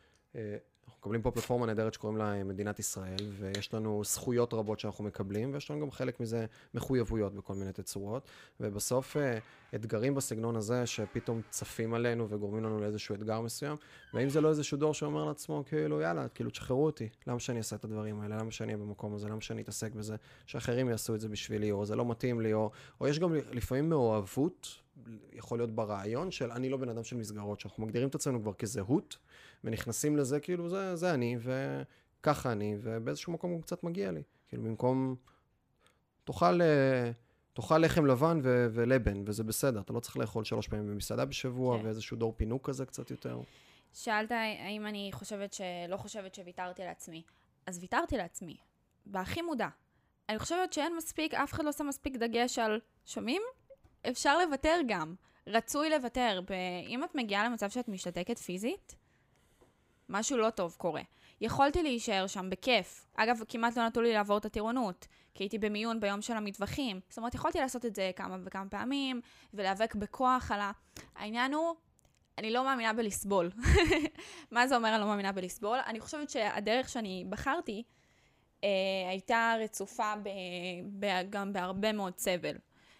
שקוראים לה מדינת ישראל, ויש לנו זכויות רבות שאנחנו מקבלים, ויש לנו גם חלק מזה מחויבויות בכל מיני תצורות, ובסוף אתגרים בסגנון הזה שפתאום צפים עלינו וגורמים לנו לאיזשהו אתגר מסוים, ואם זה לא איזשהו דור שאומר לעצמו, כאילו יאללה, כאילו תשחררו אותי, למה שאני אעשה את הדברים האלה, למה שאני אהיה במקום הזה, למה שאני אתעסק בזה, שאחרים יעשו את זה בשבילי, או זה לא מתאים לי, או יש גם לפעמים מאוהבות, יכול להיות ברעיון של אני לא בן אדם של מסגרות, שאנחנו מגדירים את עצמנו כבר כזהות, ונכנסים לזה, כאילו, זה אני, וככה אני, ובאיזשהו מקום הוא קצת מגיע לי. כאילו, במקום, תאכל לחם לבן ולבן, וזה בסדר. אתה לא צריך לאכול 3 פעמים במסעדה בשבוע, ואיזשהו דור פינוק כזה קצת יותר. שאלת האם אני לא חושבת שוויתרתי לעצמי. אז ויתרתי לעצמי, והכי מודע. אני חושבת שאין מספיק, אף אחד לא עושה מספיק דגש על שומעים? אפשר לוותר גם. רצוי לוותר. אם את מגיעה למצב שאת משתתקת פיזית, משהו לא טוב קורה. יכולתי להישאר שם בכיף. אגב, כמעט לא נתנו לי לעבור את הטירונות, כי הייתי במיון ביום של המטווחים. זאת אומרת, יכולתי לעשות את זה כמה וכמה פעמים, ולהיאבק בכוח על העניין הוא, אני לא מאמינה בלסבול. מה זה אומר אני לא מאמינה בלסבול? אני חושבת שהדרך שאני בחרתי, הייתה רצופה גם בהרבה מאוד סבל.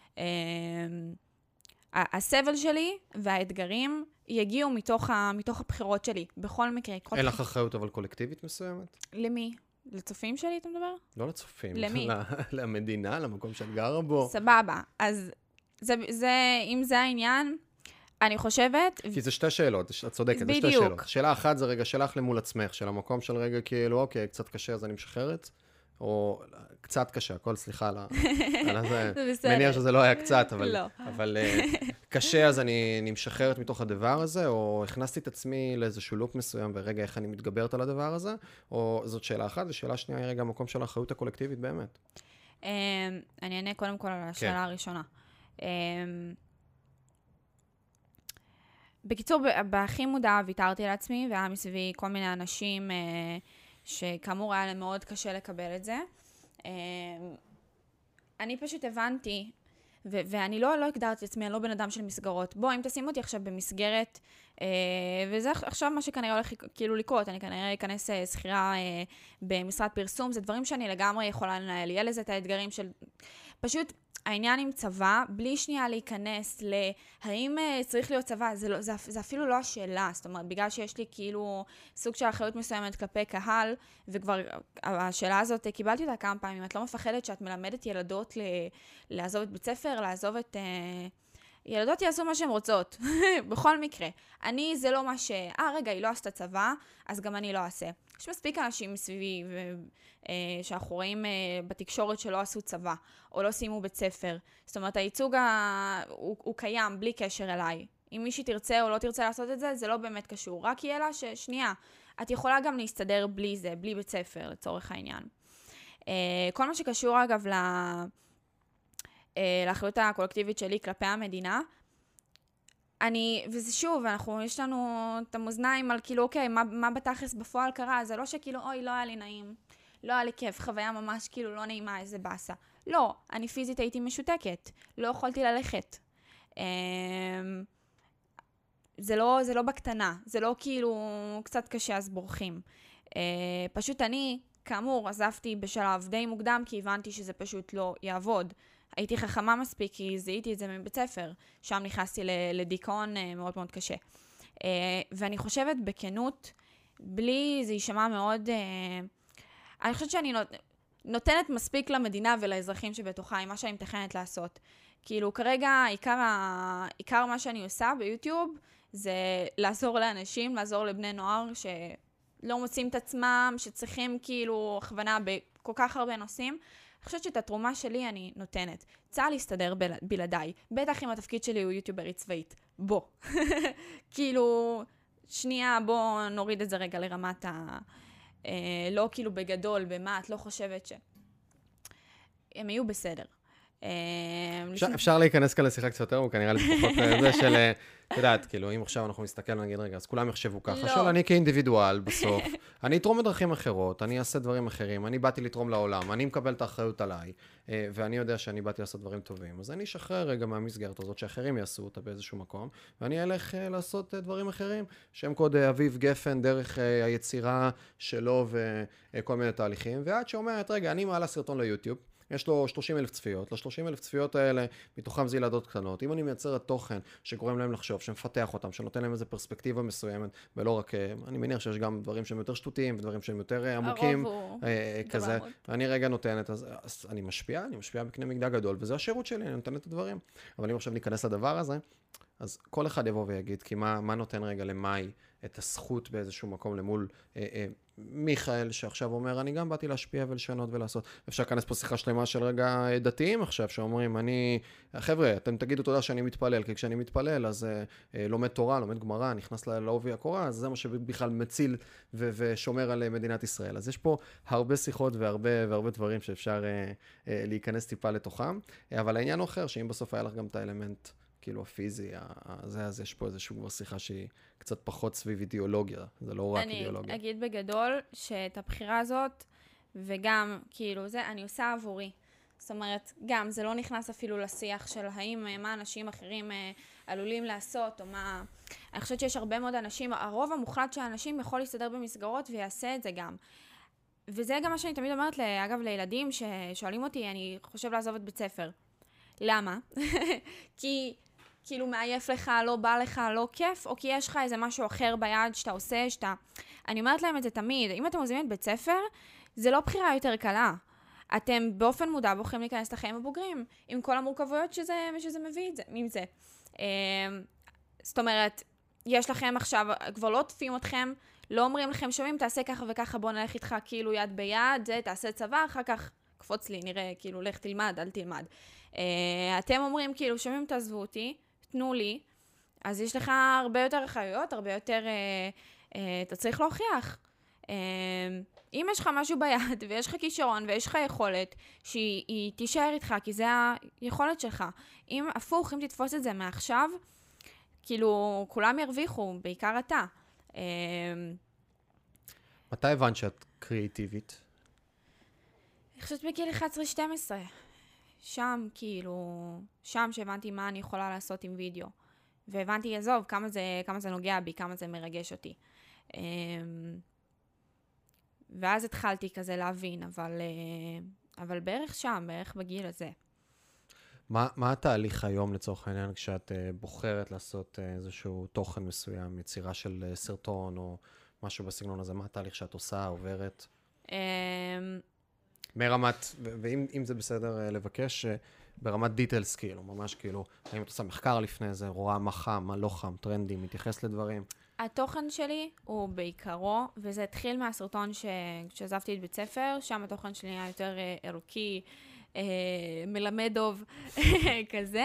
הסבל שלי והאתגרים יגיעו מתוך הבחירות שלי, בכל מקרה. אין לך אחריות אבל קולקטיבית מסוימת? למי? לצופים שלי אתה מדבר? לא לצופים. למי? למדינה, למקום שאת גרה בו. סבבה. אז אם זה העניין, אני חושבת... כי זה 2 שאלות, את צודקת, זה 2 שאלות. שאלה אחת זה רגע שלך למול עצמך, של המקום של רגע כאילו, אוקיי, קצת קשה אז אני משחררת, או קצת קשה, הכל סליחה על זה. מניח שזה לא היה קצת, אבל קשה, אז אני משחררת מתוך הדבר הזה, או הכנסתי את עצמי לאיזשהו לופ מסוים, ורגע איך אני מתגברת על הדבר הזה, או זאת שאלה אחת, ושאלה שנייה היא רגע המקום של האחריות הקולקטיבית באמת. אני אענה קודם כל על השאלה הראשונה. בקיצור, בהכי מודע ויתרתי על עצמי, והיה מסביבי כל מיני אנשים שכאמור היה להם מאוד קשה לקבל את זה. אני פשוט הבנתי, ואני לא הגדרתי את עצמי, אני לא בן אדם של מסגרות. בוא, אם תשים אותי עכשיו במסגרת, וזה עכשיו מה שכנראה הולך כאילו לקרות, אני כנראה אכנס שכירה במשרד פרסום, זה דברים שאני לגמרי יכולה לנהל. יהיה לזה את האתגרים של... פשוט העניין עם צבא, בלי שנייה להיכנס להאם צריך להיות צבא, זה אפילו לא השאלה. זאת אומרת, בגלל שיש לי כאילו סוג של אחריות מסוימת כלפי קהל, וכבר השאלה הזאת, קיבלתי אותה כמה פעמים, את לא מפחדת שאת מלמדת ילדות לעזוב את בית ספר, לעזוב את... ילדות יעשו מה שהן רוצות, בכל מקרה. זה לא מה רגע, היא לא עשתה צבא, אז גם אני לא אעשה. יש מספיק אנשים מסביבי שאנחנו רואים בתקשורת שלא עשו צבא, או לא סיימו בית ספר. זאת אומרת, הייצוג הוא קיים בלי קשר אליי. אם מישהי תרצה או לא תרצה לעשות את זה, זה לא באמת קשור. רק יהיה לה ששנייה, את יכולה גם להסתדר בלי זה, בלי בית ספר, לצורך העניין. כל מה שקשור אגב לאחריות הקולקטיבית שלי כלפי המדינה, וזה שוב, יש לנו את המאזניים על כאילו, אוקיי, מה בתכלס בפועל קרה? זה לא שכאילו, אוי, לא היה לי נעים, לא היה לי כיף, חוויה ממש כאילו לא נעימה, איזה באסה. לא, אני פיזית הייתי משותקת, לא יכולתי ללכת. זה לא בקטנה, זה לא כאילו קצת קשה אז בורחים. פשוט אני, כאמור, עזבתי בשלב די מוקדם, כי הבנתי שזה פשוט לא יעבוד. הייתי חכמה מספיק, כי זיהיתי את זה מבית ספר. שם נכנסתי לדיכאון מאוד מאוד קשה. ואני חושבת בכנות, בלי זה יישמע מאוד... אני חושבת שאני נותנת מספיק למדינה ולאזרחים שבתוכה, עם מה שאני מתכנת לעשות. כאילו, כרגע, עיקר מה שאני עושה ביוטיוב, זה לעזור לאנשים, לעזור לבני נוער שלא מוצאים את עצמם, שצריכים כאילו הכוונה בכל כך הרבה נושאים. אני חושבת שאת התרומה שלי אני נותנת. צהל להסתדר בלעדיי. בטח אם התפקיד שלי הוא יוטיוברית צבאית. בוא. כאילו, שנייה, בוא נוריד את זה רגע לרמת לא כאילו בגדול, במה את לא חושבת הם יהיו בסדר. אפשר להיכנס כאן לשיחה קצת יותר, הוא כנראה לפחות זה של, את יודעת, כאילו, אם עכשיו אנחנו מסתכל ונגיד, רגע, אז כולם יחשבו ככה, שואל, אני כאינדיבידואל בסוף, אני אתרום בדרכים אחרות, אני אעשה דברים אחרים, אני באתי לתרום לעולם, אני מקבל את האחריות עליי, ואני יודע שאני באתי לעשות דברים טובים, אז אני אשחרר רגע מהמסגרת הזאת, שאחרים יעשו אותה באיזשהו מקום, ואני אלך לעשות דברים אחרים, שהם קוד אביב גפן, דרך היצירה שלו וכל מיני תהליכים, ועד שאומרת, רגע, אני מעלה סרטון ליוטיוב, יש לו 30,000 צפיות, ל-30,000 צפיות האלה, מתוכם זה ילדות קטנות. אם אני מייצר את תוכן שגורם להם לחשוב, שמפתח אותם, שנותן להם איזו פרספקטיבה מסוימת, ולא רק, אני מניח שיש גם דברים שהם יותר שטותיים, ודברים שהם יותר עמוקים, כזה. אני רגע נותנת, אז אני משפיע בקנה מידה גדול, וזה השירות שלי, אני נותן את הדברים. אבל אם עכשיו ניכנס לדבר הזה, אז כל אחד יבוא ויגיד, כי מה נותן רגע למאי את הזכות באיזשהו מקום למול מיכאל, שעכשיו אומר, אני גם באתי להשפיע ולשנות ולעשות. אפשר להיכנס פה שיחה שלמה של רגע דתיים עכשיו, שאומרים, חבר'ה, אתם תגידו תודה שאני מתפלל, כי כשאני מתפלל, אז לומד תורה, לומד גמרא, נכנס לעובי הקורה, אז זה מה שבכלל מציל ושומר על מדינת ישראל. אז יש פה הרבה שיחות והרבה דברים שאפשר להיכנס טיפה לתוכם, אבל העניין הוא אחר, שאם בסוף היה לך גם את האלמנט כאילו הפיזי, אז יש פה איזשהו כבר שיחה שהיא קצת פחות סביב אידיאולוגיה, זה לא רק אידיאולוגיה. אני אגיד בגדול שאת הבחירה הזאת, וגם כאילו זה, אני עושה עבורי. זאת אומרת, גם זה לא נכנס אפילו לשיח של האם, מה אנשים אחרים עלולים לעשות, או מה... אני חושבת שיש הרבה מאוד אנשים, הרוב המוחלט של האנשים יכול להסתדר במסגרות ויעשה את זה גם. וזה גם מה שאני תמיד אומרת, אגב, לילדים ששואלים אותי, אני חושב לעזוב את בית ספר. למה? כי כאילו מעייף לך, לא בא לך, לא כיף, או כי יש לך איזה משהו אחר ביד שאתה עושה, אני אומרת להם את זה תמיד, אם אתם עוזבים את בית ספר, זה לא בחירה יותר קלה. אתם באופן מודע בוחרים להיכנס לחיים הבוגרים, עם כל המורכבויות שזה מביא עם זה. זאת אומרת, יש לכם עכשיו, כבר לא תופים אתכם, לא אומרים לכם, שומעים, תעשה ככה וככה, בוא נלך איתך כאילו יד ביד, זה, תעשה צבא, אחר כך קפוץ לי, נראה, כאילו, לך תלמד, אל תלמד. אתם אומרים, כאילו, שומעים, תעזבו אותי, תנו לי, אז יש לך הרבה יותר אחריות, הרבה יותר, אתה צריך להוכיח. אם יש לך משהו ביד, ויש לך כישרון, ויש לך יכולת, שהיא תישאר איתך, כי זה היכולת שלך. אם הפוך, אם תתפוס את זה מעכשיו, כאילו, כולם ירוויחו, בעיקר אתה. מתי הבנת שאת קריאיטיבית? אני חושבת בגיל 11-12. שם, כאילו, שם שהבנתי מה אני יכולה לעשות עם וידאו. והבנתי, עזוב, כמה זה נוגע בי, כמה זה מרגש אותי. ואז התחלתי כזה להבין, אבל בערך שם, בערך בגיל הזה. מה התהליך היום לצורך העניין כשאת בוחרת לעשות איזשהו תוכן מסוים, יצירה של סרטון או משהו בסגנון הזה? מה התהליך שאת עושה, עוברת? מרמת, ואם זה בסדר לבקש, ברמת דיטלס כאילו, ממש כאילו, האם את עושה מחקר לפני זה, רואה מה חם, מה לא חם, טרנדים, מתייחס לדברים? התוכן שלי הוא בעיקרו, וזה התחיל מהסרטון כשעזבתי את בית ספר, שם התוכן שלי היה יותר ערכי, מלמד טוב, כזה.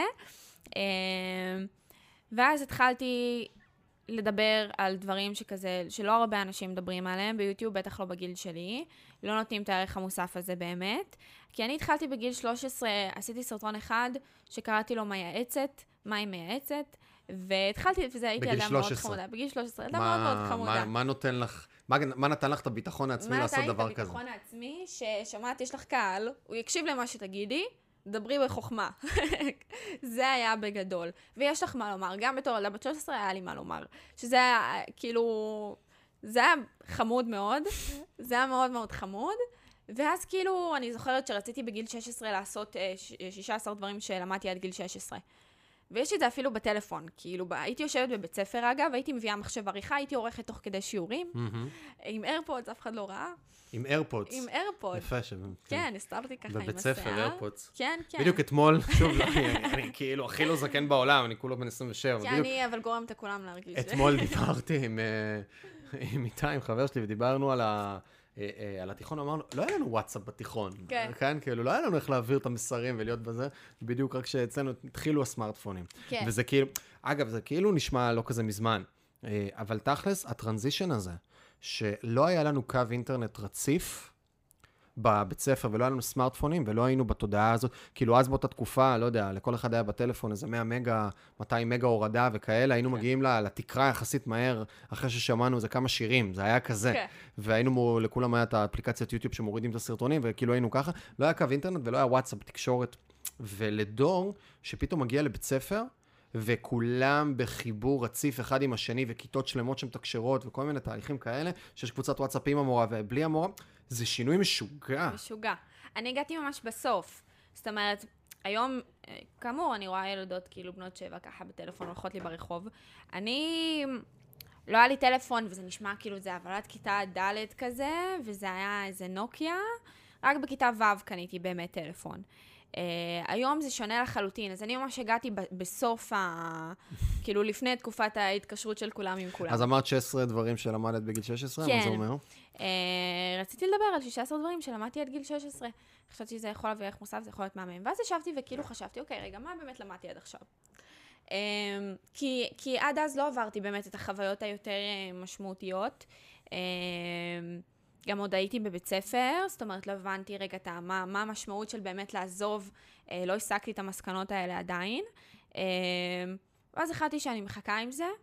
ואז התחלתי לדבר על דברים שכזה, שלא הרבה אנשים מדברים עליהם, ביוטיוב בטח לא בגיל שלי, לא נותנים את הערך המוסף הזה באמת, כי אני התחלתי בגיל 13, עשיתי סרטון אחד שקראתי לו מייעצת, מה היא מייעצת, והתחלתי, וזה הייתי ילדה מאוד חמודה. בגיל 13, ילדה מאוד מאוד חמודה. מה נותן לך, מה נתן לך את הביטחון העצמי לעשות דבר כזה? מה נתן לי את הביטחון העצמי, ששמעת, יש לך קהל, הוא יקשיב למה שתגידי, דברי בחוכמה. זה היה בגדול. ויש לך מה לומר, גם בתור ילדה בת 13 היה לי מה לומר. שזה היה, כאילו, זה היה חמוד מאוד, זה היה מאוד מאוד חמוד, ואז כאילו, אני זוכרת שרציתי בגיל 16 לעשות 16 דברים שלמדתי עד גיל 16. ויש את זה אפילו בטלפון, כאילו, הייתי יושבת בבית ספר אגב, הייתי מביאה מחשב עריכה, הייתי עורכת תוך כדי שיעורים, עם איירפודס, אף אחד לא ראה. עם איירפודס? עם איירפודס. יפה כן, הסתרתי ככה עם השיער. בבית ספר איירפודס. כן, כן. בדיוק אתמול, שוב, אני כאילו הכי לא זקן בעולם, אני כולו בן 27. כי אני אבל גורמת לכולם להרגיש. אתמול דיברתי עם איתי, עם חבר שלי, ודיברנו על התיכון, אמרנו, לא היה לנו וואטסאפ בתיכון. כן, כאילו, לא היה לנו איך להעביר את המסרים ולהיות בזה, בדיוק רק שאצלנו התחילו הסמארטפונים. כן. וזה כאילו, אגב, זה כאילו נשמע לא כזה מזמן, אבל תכלס, הטרנזישן הזה, שלא היה לנו קו אינטרנט רציף בבית ספר, ולא היה לנו סמארטפונים, ולא היינו בתודעה הזאת, כאילו אז באותה תקופה, לא יודע, לכל אחד היה בטלפון איזה 100 מגה, 200 מגה הורדה וכאלה, היינו מגיעים לתקרה יחסית מהר, אחרי ששמענו איזה כמה שירים, זה היה כזה. והיינו, לכולם היה את האפליקציית יוטיוב שמורידים את הסרטונים, וכאילו היינו ככה, לא היה קו אינטרנט ולא היה וואטסאפ, תקשורת. ולדור שפתאום מגיע לבית ספר, וכולם בחיבור רציף אחד עם השני, וכיתות שלמות שמתקשרות, וכל מיני תהליכים כאלה, שיש קבוצת וואטסאפ עם המורה ובלי המורה, זה שינוי משוגע. משוגע. אני הגעתי ממש בסוף. זאת אומרת, היום, כאמור, אני רואה ילדות כאילו בנות 7 ככה בטלפון, הולכות לי ברחוב. לא היה לי טלפון, וזה נשמע כאילו זה עברת כיתה ד' כזה, וזה היה איזה נוקיה. רק בכיתה ו' קניתי באמת טלפון. היום זה שונה לחלוטין, אז אני ממש הגעתי בסוף, כאילו לפני תקופת ההתקשרות של כולם עם כולם. אז אמרת 16 דברים שלמדת בגיל 16, כן. מה זה אומר? רציתי לדבר על 16 דברים שלמדתי עד גיל 16. חשבתי שזה יכול להביא ערך מוסף, זה יכול להיות מהמם. ואז ישבתי וכאילו חשבתי, אוקיי, רגע, מה באמת למדתי עד עכשיו? כי עד אז לא עברתי באמת את החוויות היותר משמעותיות. גם עוד הייתי בבית ספר, זאת אומרת, לא הבנתי רגע מה המשמעות של באמת לעזוב, לא הסקתי את המסקנות האלה עדיין. ואז החלטתי שאני מחכה עם זה,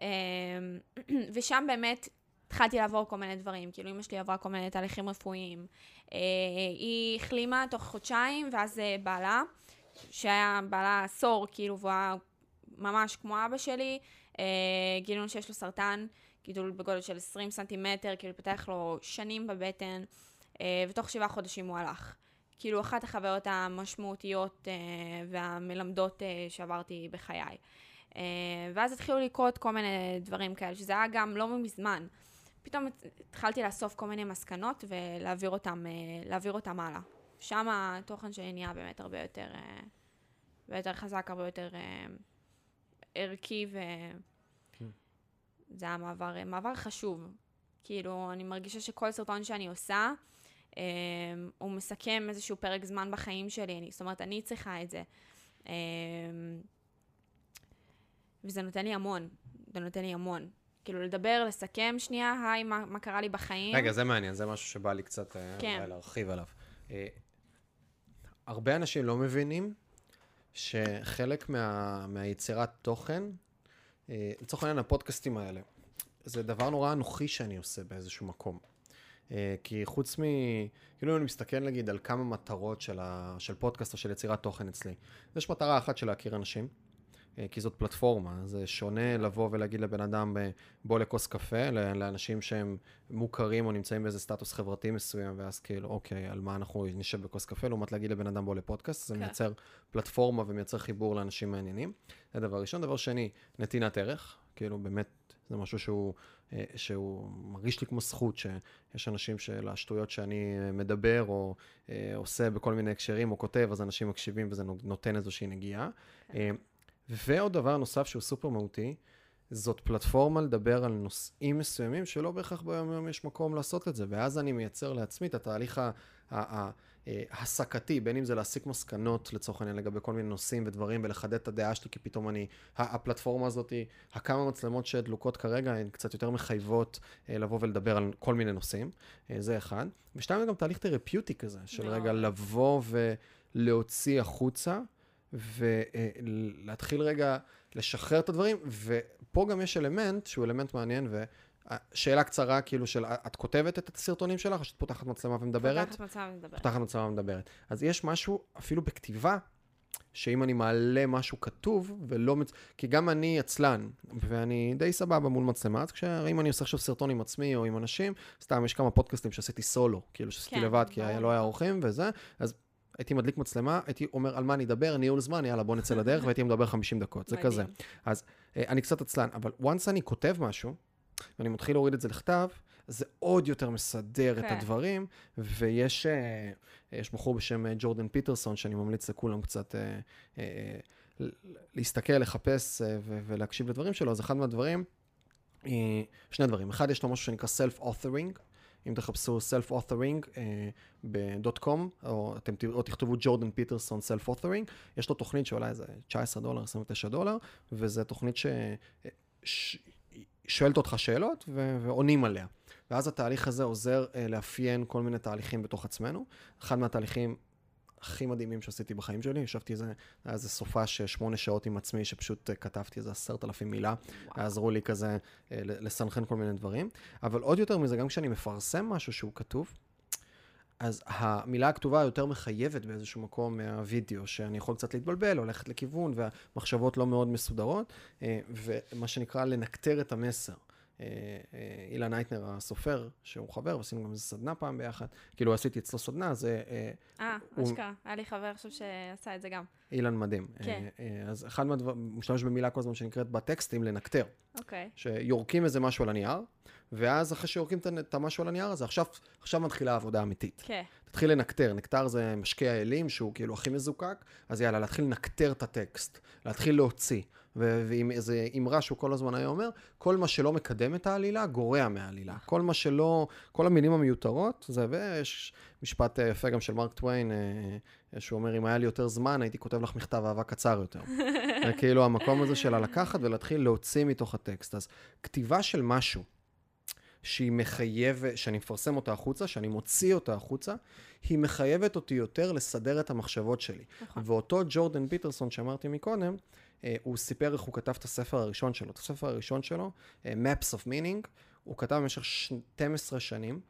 ושם באמת התחלתי לעבור כל מיני דברים, כאילו אמא שלי עברה כל מיני תהליכים רפואיים. היא החלימה תוך חודשיים, ואז בעלה, שהיה בעלה עשור, כאילו, והוא היה ממש כמו אבא שלי, גילינו שיש לו סרטן, גידול בגודל של 20 סנטימטר, כאילו פתח לו שנים בבטן, ותוך 7 חודשים הוא הלך. כאילו אחת החוויות המשמעותיות והמלמדות שעברתי בחיי. ואז התחילו לקרות כל מיני דברים כאלה, שזה היה גם לא מזמן. פתאום התחלתי לאסוף כל מיני מסקנות ולהעביר אותם הלאה. שם התוכן שלי נהיה באמת הרבה יותר חזק, הרבה יותר ערכי זה היה מעבר חשוב. כאילו, אני מרגישה שכל סרטון שאני עושה, הוא מסכם איזשהו פרק זמן בחיים שלי. זאת אומרת, אני צריכה את זה. וזה נותן לי המון, זה נותן לי המון. כאילו לדבר, לסכם שנייה, היי, מה קרה לי בחיים. רגע, זה מעניין, זה משהו שבא לי קצת להרחיב עליו. הרבה אנשים לא מבינים שחלק מהיצירת תוכן, לצורך העניין הפודקאסטים האלה, זה דבר נורא אנוכי שאני עושה באיזשהו מקום. כי חוץ כאילו אני מסתכל נגיד על כמה מטרות של פודקאסט או של יצירת תוכן אצלי. יש מטרה אחת של להכיר אנשים, כי זאת פלטפורמה, זה שונה לבוא ולהגיד לבן אדם בוא לכוס קפה, לאנשים שהם מוכרים או נמצאים באיזה סטטוס חברתי מסוים, ואז כאילו, אוקיי, על מה אנחנו נשב בכוס קפה, לעומת להגיד לבן אדם בוא לפודקאסט, זה מייצר פלטפורמה ומייצר חיבור לאנשים מעניינים. זה דבר ראשון. דבר שני, נתינת ערך, כאילו באמת זה משהו שהוא מרגיש לי כמו זכות, שיש אנשים של השטויות שאני מדבר או עושה בכל מיני הקשרים או כותב, אז אנשים מקשיבים וזה נותן איזושהי נגיעה. ועוד דבר נוסף שהוא סופר מהותי, זאת פלטפורמה לדבר על נושאים מסוימים שלא בהכרח ביום יש מקום לעשות את זה, ואז אני מייצר לעצמי את התהליך ההסקתי, בין אם זה להסיק מסקנות לצורך העניין לגבי כל מיני נושאים ודברים, ולחדד את הדעה שלי, כי פתאום הפלטפורמה הזאת, הכמה מצלמות שדלוקות כרגע, הן קצת יותר מחייבות לבוא ולדבר על כל מיני נושאים, זה אחד. ושתיים, גם תהליך תרפיוטי כזה, של רגע לבוא ולהוציא החוצה, ולהתחיל רגע לשחרר את הדברים, ופה גם יש אלמנט שהוא אלמנט מעניין, ושאלה קצרה כאילו של, את כותבת את הסרטונים שלך, או שאת פותחת מצלמה ומדברת? פותחת מצלמה ומדברת. אז יש משהו, אפילו בכתיבה, שאם אני מעלה משהו כתוב, כי גם אני עצלן, ואני די סבבה מול מצלמה, אז אם אני עושה עכשיו סרטון עם עצמי או עם אנשים, סתם יש כמה פודקאסטים שעשיתי סולו, כאילו שעשיתי לבד, כי לא היה אורחים וזה, אז הייתי מדליק מצלמה, הייתי אומר על מה אני אדבר, ניהול זמן, יאללה בוא נצא לדרך, והייתי מדבר 50 דקות, זה כזה. אז אני קצת עצלן, אבל once אני כותב משהו, ואני מתחיל להוריד את זה לכתב, זה עוד יותר מסדר את הדברים, ויש בחור בשם ג'ורדן פיטרסון, שאני ממליץ לכולם קצת להסתכל, לחפש ולהקשיב לדברים שלו, אז אחד מהדברים, שני דברים. אחד, יש לו משהו שנקרא self-authoring, אם תחפשו self-authoring ב.com, או תכתבו ג'ורדן פיטרסון self-authoring, יש לו תוכנית שעולה איזה $19, $29, וזו תוכנית ששואלת אותך שאלות ועונים עליה. ואז התהליך הזה עוזר לאפיין כל מיני תהליכים בתוך עצמנו. אחד מהתהליכים הכי מדהימים שעשיתי בחיים שלי, ישבתי איזה סופה 8 שעות עם עצמי, שפשוט כתבתי איזה 10,000 מילה, עזרו לי כזה לסנכרן כל מיני דברים. אבל עוד יותר מזה, גם כשאני מפרסם משהו שהוא כתוב, אז המילה הכתובה יותר מחייבת באיזשהו מקום מהווידאו, שאני יכול קצת להתבלבל, או ללכת לכיוון, והמחשבות לא מאוד מסודרות, ומה שנקרא לנקטר את המסר. אילן אייטנר הסופר, שהוא חבר, ועשינו גם איזה סדנה פעם ביחד, כאילו עשיתי אצלו סדנה, זה... אשכרה, היה לי חבר עכשיו שעשה את זה גם. אילן מדהים. אז אחד מהדברים, משתמש במילה כל הזמן שנקראת בטקסטים, לנקטר. אוקיי. שיורקים איזה משהו על הנייר, ואז אחרי שיורקים את המשהו על הנייר הזה, עכשיו מתחילה העבודה האמיתית. כן. תתחיל לנקטר, נקטר זה משקע אלים, שהוא כאילו הכי מזוקק, אז יאללה, להתחיל לנקטר את הטקסט, להתחיל להוציא. ועם איזה אמרה שהוא כל הזמן היה אומר, כל מה שלא מקדם את העלילה, גורע מהעלילה. כל מה שלא, כל המילים המיותרות, זה, ויש משפט יפה גם של מרק טוויין, שהוא אומר, אם היה לי יותר זמן, הייתי כותב לך מכתב אהבה קצר יותר. זה כאילו המקום הזה של לקחת ולהתחיל להוציא מתוך הטקסט. אז כתיבה של משהו, שהיא מחייבת, שאני מפרסם אותה החוצה, שאני מוציא אותה החוצה, היא מחייבת אותי יותר לסדר את המחשבות שלי. נכון. ואותו ג'ורדן פיטרסון שאמרתי מקודם, הוא סיפר איך הוא כתב את הספר הראשון שלו. את הספר הראשון שלו, Maps of Meaning, הוא כתב במשך 12 שנים,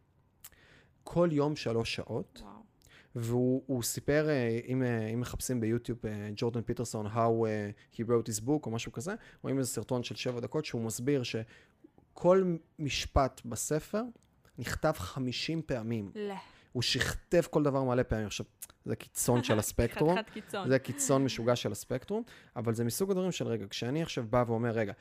כל יום 3 שעות, וואו. והוא סיפר, אם מחפשים ביוטיוב ג'ורדן פיטרסון, how he wrote his book או משהו כזה, רואים איזה סרטון של 7 דקות, שהוא מסביר שכל משפט בספר נכתב 50 פעמים. הוא שכתב כל דבר מלא פעמים. עכשיו, זה קיצון של הספקטרום. זה קיצון משוגע של הספקטרום, אבל זה מסוג הדברים של רגע, כשאני עכשיו בא ואומר, רגע,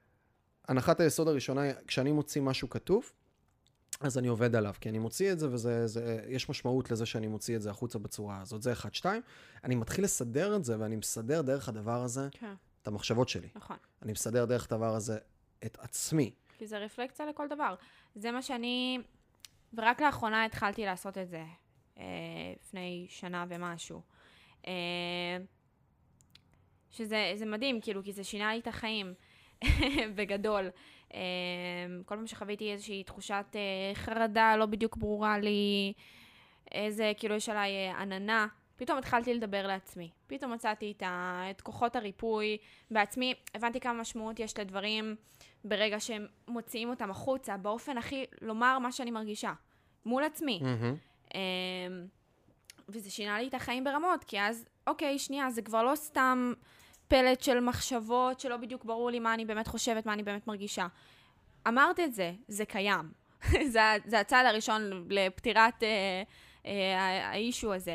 הנחת היסוד הראשונה, כשאני מוציא משהו כתוב, אז אני עובד עליו, כי אני מוציא את זה, ויש משמעות לזה שאני מוציא את זה החוצה בצורה הזאת. זה 1, 2. אני מתחיל לסדר את זה, ואני מסדר דרך הדבר הזה את המחשבות שלי. נכון. אני מסדר דרך הדבר הזה את עצמי. כי זה רפלקציה לכל דבר. זה מה שאני... ורק לאחרונה התחלתי לעשות את זה, לפני שנה ומשהו. שזה מדהים, כאילו, כי זה שינה לי את החיים בגדול. כל פעם שחוויתי איזושהי תחושת חרדה, לא בדיוק ברורה לי, איזה, כאילו, יש עליי עננה, פתאום התחלתי לדבר לעצמי. פתאום מצאתי את כוחות הריפוי בעצמי, הבנתי כמה משמעות יש לדברים ברגע שהם מוציאים אותם החוצה, באופן הכי לומר מה שאני מרגישה, מול עצמי. וזה שינה לי את החיים ברמות, כי אז, אוקיי, שנייה, זה כבר לא סתם פלט של מחשבות, שלא בדיוק ברור לי מה אני באמת חושבת, מה אני באמת מרגישה. אמרת את זה, זה קיים. זה הצעד הראשון לפתירת האישו הזה.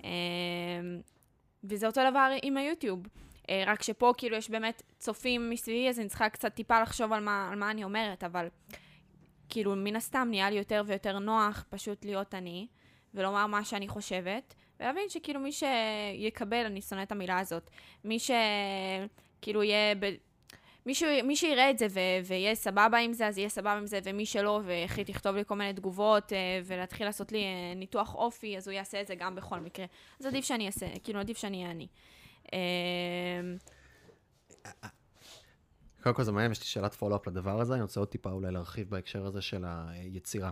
וזה אותו דבר עם היוטיוב. רק שפה כאילו יש באמת צופים מסביבי, אז אני צריכה קצת טיפה לחשוב על מה אני אומרת, אבל כאילו מן הסתם נהיה לי יותר ויותר נוח פשוט להיות אני, ולומר מה שאני חושבת, ולהבין שכאילו מי שיקבל, אני שונאת את המילה הזאת, מי שכאילו יהיה, מי שיראה את זה ויהיה סבבה עם זה, אז יהיה סבבה עם זה, ומי שלא, והחליט לכתוב לי כל מיני תגובות, ולהתחיל לעשות לי ניתוח אופי, אז הוא יעשה את זה גם בכל מקרה. אז עדיף שאני אעשה, כאילו עדיף שאני אהיה אני. קודם כל זה מעניין, יש לי שאלת פולו-אפ לדבר הזה, אני רוצה עוד טיפה אולי להרחיב בהקשר הזה של היצירה.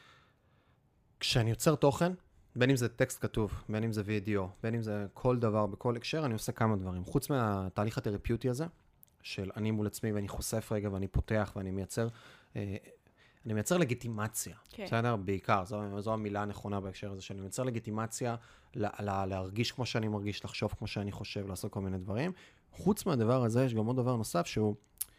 כשאני יוצר תוכן, בין אם זה טקסט כתוב, בין אם זה וידאו, בין אם זה כל דבר, בכל הקשר, אני עושה כמה דברים. חוץ מהתהליך התרפיוטי הזה, של אני מול עצמי ואני חושף רגע ואני פותח ואני מייצר, אני מייצר לגיטימציה, בסדר? בעיקר, זו המילה הנכונה בהקשר הזה, שאני מייצר לגיטימציה להרגיש כמו שאני מרגיש, לחשוב כמו שאני חושב, לעשות כל מיני דברים. חוץ מהדבר הזה, יש גם עוד דבר נוסף שהוא,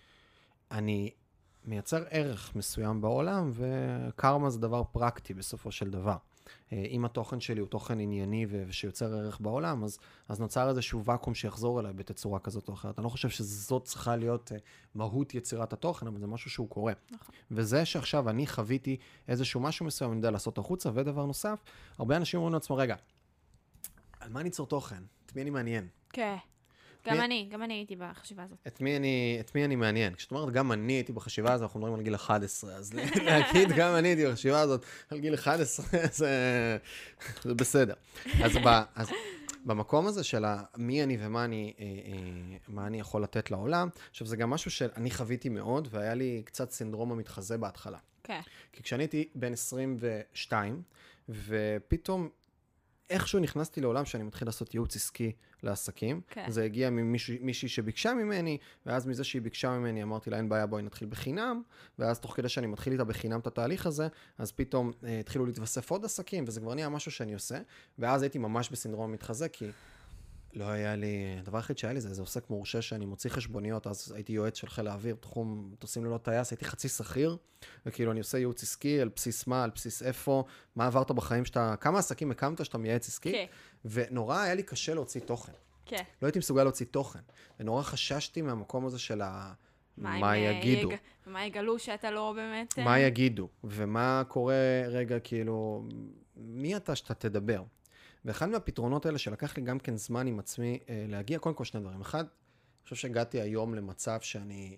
אני מייצר ערך מסוים בעולם, וקרמה זה דבר פרקטי בסופו של דבר. אם התוכן שלי הוא תוכן ענייני ושיוצר ערך בעולם, אז נוצר איזשהו ואקום שיחזור אליי בתצורה כזאת או אחרת. אני לא חושב שזאת צריכה להיות מהות יצירת התוכן, אבל זה משהו שהוא קורה. נכון. וזה שעכשיו אני חוויתי איזשהו משהו מסוים, אני יודע לעשות החוצה, ודבר נוסף, הרבה אנשים אומרים לעצמם, רגע, על מה אני ייצור תוכן? את מי אני מעניין? כן. גם אני הייתי בחשיבה הזאת. את מי אני מעניין? כשאת אומרת, גם אני הייתי בחשיבה הזאת, אנחנו מדברים על גיל 11, אז להגיד, גם אני הייתי בחשיבה הזאת, על גיל 11, זה בסדר. אז במקום הזה של מי אני ומה אני יכול לתת לעולם, עכשיו זה גם משהו שאני חוויתי מאוד, והיה לי קצת סינדרום המתחזה בהתחלה. כן. כי כשאני הייתי בן 22, ופתאום איכשהו נכנסתי לעולם שאני מתחיל לעשות ייעוץ עסקי לעסקים. זה הגיע ממישהי שביקשה ממני, ואז מזה שהיא ביקשה ממני, אמרתי לה, אין בעיה, בואי נתחיל בחינם, ואז תוך כדי שאני מתחיל איתה בחינם את התהליך הזה, אז פתאום התחילו להתווסף עוד עסקים, וזה כבר נהיה משהו שאני עושה, ואז הייתי ממש בסינדרום מתחזה, כי לא היה לי, הדבר הכי שהיה לי זה עוסק מורשה שאני מוציא חשבוניות, אז הייתי יועץ של חיל האוויר, תחום מטוסים ללא טייס, הייתי חצי שכיר, וכאילו אני עושה ייעוץ עסקי, על בסיס מה, על בסיס איפה, מה עברת בחיים שאתה, כמה עסקים הקמת שאתה מייעץ עסקי, ונורא היה לי קשה להוציא תוכן. לא הייתי מסוגל להוציא תוכן, ונורא חששתי מהמקום הזה של מה יגידו. ומה יגלו שאתה לא באמת... מה יגידו, ומה קורה רגע, כאילו, מי אתה שאתה תדבר? ואחד מהפתרונות האלה שלקח לי גם כן זמן עם עצמי להגיע, קודם כל שני דברים. אחד, אני חושב שהגעתי היום למצב שאני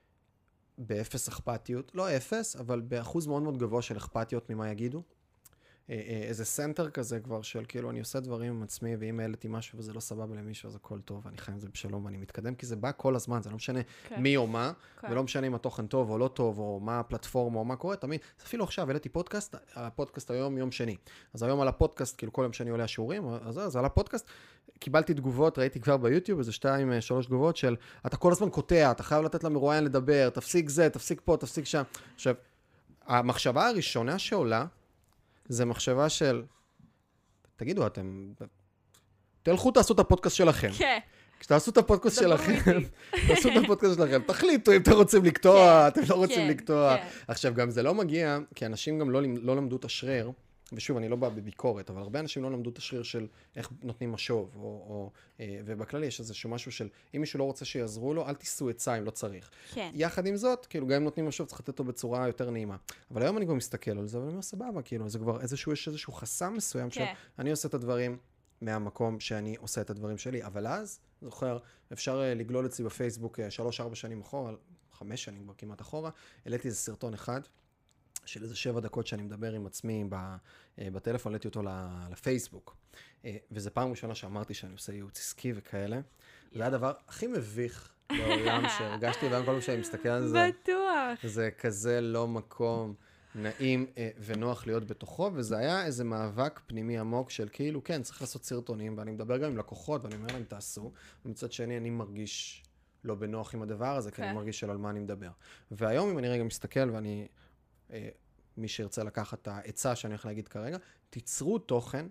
באפס אכפתיות, לא אפס, אבל באחוז מאוד מאוד גבוה של אכפתיות ממה יגידו. איזה סנטר כזה כבר של כאילו אני עושה דברים עם עצמי, ואם העליתי משהו וזה לא סבבה למישהו, אז הכל טוב, אני חי עם זה בשלום ואני מתקדם, כי זה בא כל הזמן, זה לא משנה מי או מה, ולא משנה אם התוכן טוב או לא טוב, או מה הפלטפורמה או מה קורה, תמיד, אפילו עכשיו העליתי פודקאסט, הפודקאסט היום יום שני, אז היום על הפודקאסט, כאילו כל יום שני עולה השיעורים, אז על הפודקאסט, קיבלתי תגובות, ראיתי כבר ביוטיוב, איזה 2-3 תגובות של, אתה כל הזמן קוטע, אתה חייב לתת למרואיין לדבר, תפסיק זה, תפסיק פה, תפסיק שם. עכשיו, המחשבה הראשונה שעולה, זה מחשבה של, תגידו, אתם, תלכו תעשו את הפודקאסט שלכם. כן. כשתעשו את הפודקאסט שלכם, תעשו את הפודקאסט שלכם, תחליטו אם אתם רוצים לקטוע, אתם לא רוצים לקטוע. עכשיו, גם זה לא מגיע, כי אנשים גם לא למדו את השריר, ושוב, אני לא בא בביקורת, אבל הרבה אנשים לא למדו את השריר של איך נותנים משוב, ובכללי יש איזשהו משהו של, אם מישהו לא רוצה שיעזרו לו, אל תיסו עצה אם לא צריך. כן. יחד עם זאת, כאילו, גם אם נותנים משוב, צריך לתת אותו בצורה יותר נעימה. אבל היום אני כבר מסתכל על זה, ואני אומר, סבבה, כאילו, זה כבר יש איזשהו חסם מסוים, שאני עושה את הדברים מהמקום שאני עושה את הדברים שלי, אבל אז, זוכר, אפשר לגלול אצלי בפייסבוק 3-4 שנים אחורה, 5 שנים כבר כמעט אחורה, העליתי איזה סרטון אחד, של איזה 7 דקות שאני מדבר עם עצמי בטלפון, העליתי אותו לפייסבוק. וזה פעם ראשונה שאמרתי שאני עושה ייעוץ עסקי וכאלה. זה היה הדבר הכי מביך בעולם שהרגשתי, והיום כל פעם שאני מסתכל על זה, בטוח. זה כזה לא מקום נעים ונוח להיות בתוכו, וזה היה איזה מאבק פנימי עמוק של כאילו, כן, צריך לעשות סרטונים, ואני מדבר גם עם לקוחות, ואני אומר להם, תעשו, ומצד שני אני מרגיש לא בנוח עם הדבר הזה, כי אני מרגיש על מה אני מדבר. והיום, אם אני רגע מסתכל, ואני, מי שירצה לקחת את העצה שאני הולך להגיד כרגע, תיצרו תוכן,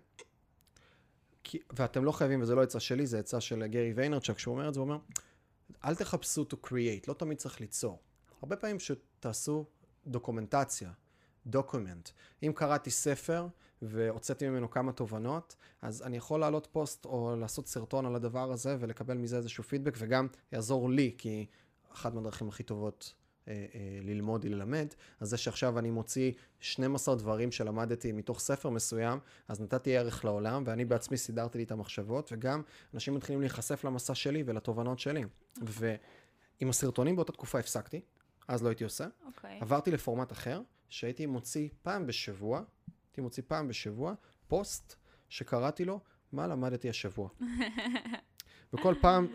ואתם לא חייבים, וזה לא עצה שלי, זה עצה של גרי ויינרצ'ק, כשהוא אומר את זה, הוא אומר, אל תחפשו to create, לא תמיד צריך ליצור. הרבה פעמים שתעשו דוקומנטציה, דוקומנט. אם קראתי ספר והוצאתי ממנו כמה תובנות, אז אני יכול לעלות פוסט או לעשות סרטון על הדבר הזה ולקבל מזה איזשהו פידבק, וגם יעזור לי, כי אחת מהדרכים הכי טובות ללמוד היא ללמד, אז זה שעכשיו אני מוציא 12 דברים שלמדתי מתוך ספר מסוים, אז נתתי ערך לעולם, ואני בעצמי סידרתי לי את המחשבות, וגם אנשים מתחילים להיחשף למסע שלי ולתובנות שלי. ועם הסרטונים באותה תקופה הפסקתי, אז לא הייתי עושה. עברתי לפורמט אחר, שהייתי מוציא פעם בשבוע, פוסט שקראתי לו, מה למדתי השבוע. וכל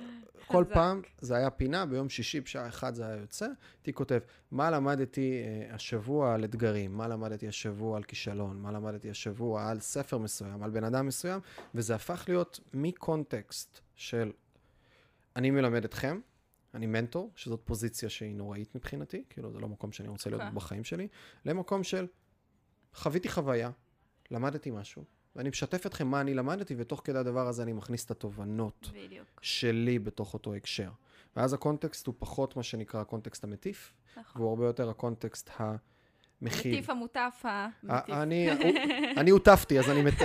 פעם זה היה פינה, ביום שישי בשעה 1 זה היה יוצא, הייתי כותב, מה למדתי השבוע על אתגרים, מה למדתי השבוע על כישלון, מה למדתי השבוע על ספר מסוים, על בן אדם מסוים, וזה הפך להיות מקונטקסט של, אני מלמד אתכם, אני מנטור, שזאת פוזיציה שהיא נוראית מבחינתי, כאילו זה לא מקום שאני רוצה להיות בחיים שלי, למקום של, חוויתי חוויה, למדתי משהו, ואני משתף אתכם מה אני למדתי, ותוך כדי הדבר הזה אני מכניס את התובנות שלי בתוך אותו הקשר. ואז הקונטקסט הוא פחות מה שנקרא הקונטקסט המטיף, והוא הרבה יותר הקונטקסט המכיל. מטיף המוטף המטיף. אני הוטפתי, אז אני...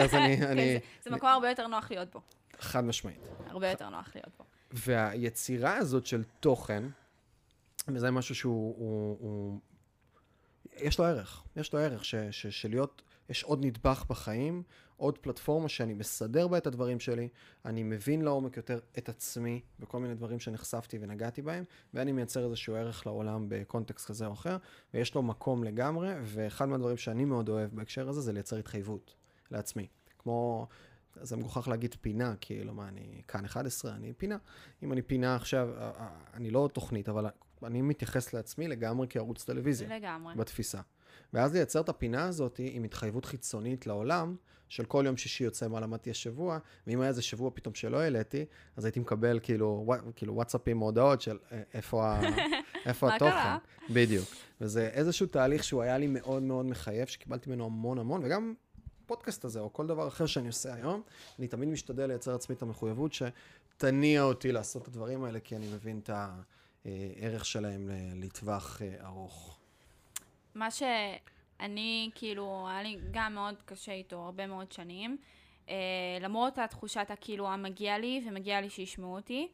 זה מקום הרבה יותר נוח להיות בו. חד משמעית. הרבה יותר נוח להיות בו. והיצירה הזאת של תוכן, וזה משהו שהוא... יש לו ערך של להיות... יש עוד נדבך בחיים, עוד פלטפורמה שאני מסדר בה את הדברים שלי, אני מבין לעומק יותר את עצמי בכל מיני דברים שנחשפתי ונגעתי בהם, ואני מייצר איזשהו ערך לעולם בקונטקסט כזה או אחר, ויש לו מקום לגמרי, ואחד מהדברים שאני מאוד אוהב בהקשר הזה, זה לייצר התחייבות לעצמי. כמו, זה מגוחך להגיד פינה, כאילו מה, אני כאן 11, אני פינה. אם אני פינה עכשיו, אני לא תוכנית, אבל אני מתייחס לעצמי לגמרי כערוץ טלוויזיה. לגמרי. בתפיסה. ואז לייצר את הפינה הזאת עם התחייבות חיצונית לעולם, של כל יום שישי יוצא מה למדתי השבוע, ואם היה איזה שבוע פתאום שלא העליתי, אז הייתי מקבל כאילו וואטסאפים או הודעות של איפה התוכן. בדיוק. וזה איזשהו תהליך שהוא היה לי מאוד מאוד מחייב, שקיבלתי ממנו המון, וגם פודקאסט הזה, או כל דבר אחר שאני עושה היום, אני תמיד משתדל לייצר עצמי את המחויבות, שתניע אותי לעשות את הדברים האלה, כי אני מבין את הערך שלהם לטווח ארוך. מה שאני, כאילו, היה לי גם מאוד קשה איתו הרבה מאוד שנים, למרות התחושת כאילו המגיע לי ומגיע לי שישמעו אותי.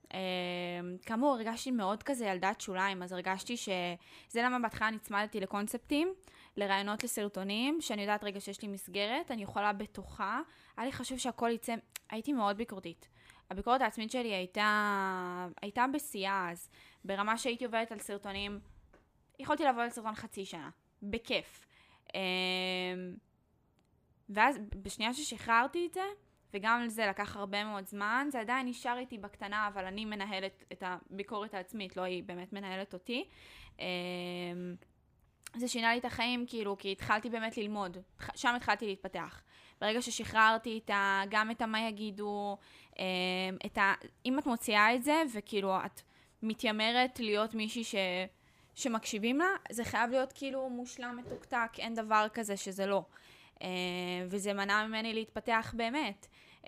כאמור, הרגשתי מאוד כזה ילדת שוליים, אז הרגשתי שזה למה בהתחלה נצמדתי לקונספטים, לרעיונות לסרטונים, שאני יודעת רגע שיש לי מסגרת, אני יכולה בתוכה, היה לי חשוב שהכל יצא, הייתי מאוד ביקורתית. הביקורת העצמית שלי הייתה בשיאה אז, ברמה שהייתי עובדת על סרטונים, יכולתי לעבוד על סרטון חצי שנה, בכיף. ואז בשנייה ששחררתי את זה, וגם לזה לקח הרבה מאוד זמן, זה עדיין נשאר איתי בקטנה, אבל אני מנהלת את הביקורת העצמית, לא היא באמת מנהלת אותי. זה שינה לי את החיים, כאילו, כי התחלתי באמת ללמוד, שם התחלתי להתפתח. ברגע ששחררתי גם את מה יגידו, אם את מוציאה את זה, וכאילו את מתיימרת להיות מישהי שמקשיבים לה, זה חייב להיות כאילו מושלם מתוקתק, אין דבר כזה שזה לא. וזה מנע ממני להתפתח באמת.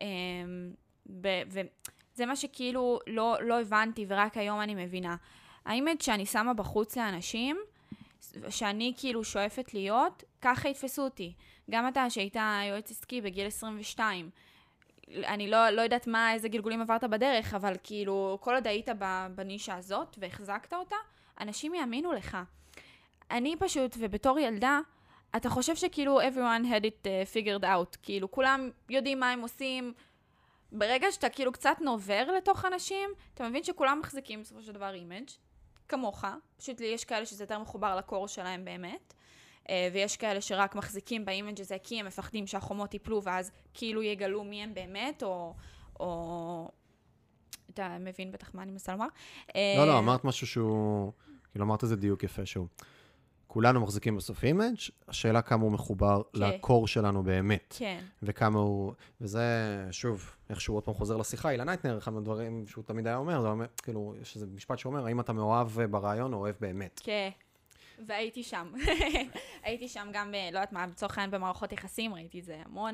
וזה מה שכאילו לא הבנתי, ורק היום אני מבינה. האמת שאני שמה בחוץ לאנשים, שאני כאילו שואפת להיות, ככה יתפסו אותי. גם אתה שהיית יועץ עסקי בגיל 22, אני לא יודעת איזה גלגולים עברת בדרך, אבל כאילו כל עוד היית בנישה הזאת והחזקת אותה, אנשים יאמינו לך. אני פשוט, ובתור ילדה, אתה חושב שכאילו everyone had it figured out, כאילו כולם יודעים מה הם עושים. ברגע שאתה כאילו קצת נובר לתוך אנשים, אתה מבין שכולם מחזיקים בסופו של דבר אימג' כמוך, פשוט לי יש כאלה שזה יותר מחובר לקור שלהם באמת, ויש כאלה שרק מחזיקים באימג' הזה כי הם מפחדים שהחומות ייפלו, ואז כאילו יגלו מי הם באמת, או... אתה מבין בטח מה אני מנסה לומר? לא, אמרת משהו שהוא... כאילו, אמרת איזה דיוק יפה שהוא... כולנו מחזיקים בסוף אימג', השאלה כמה הוא מחובר לקור שלנו באמת. כן. וכמה הוא... וזה, שוב, איכשהו עוד פעם חוזר לשיחה, אילן נייטנר, אחד מהדברים שהוא תמיד היה אומר, זה אומר, כאילו, יש איזה משפט שאומר, האם אתה מאוהב ברעיון או אוהב באמת? כן. והייתי שם. הייתי שם גם, לא יודעת מה, בצורך העניין במערכות יחסים, ראיתי את זה המון.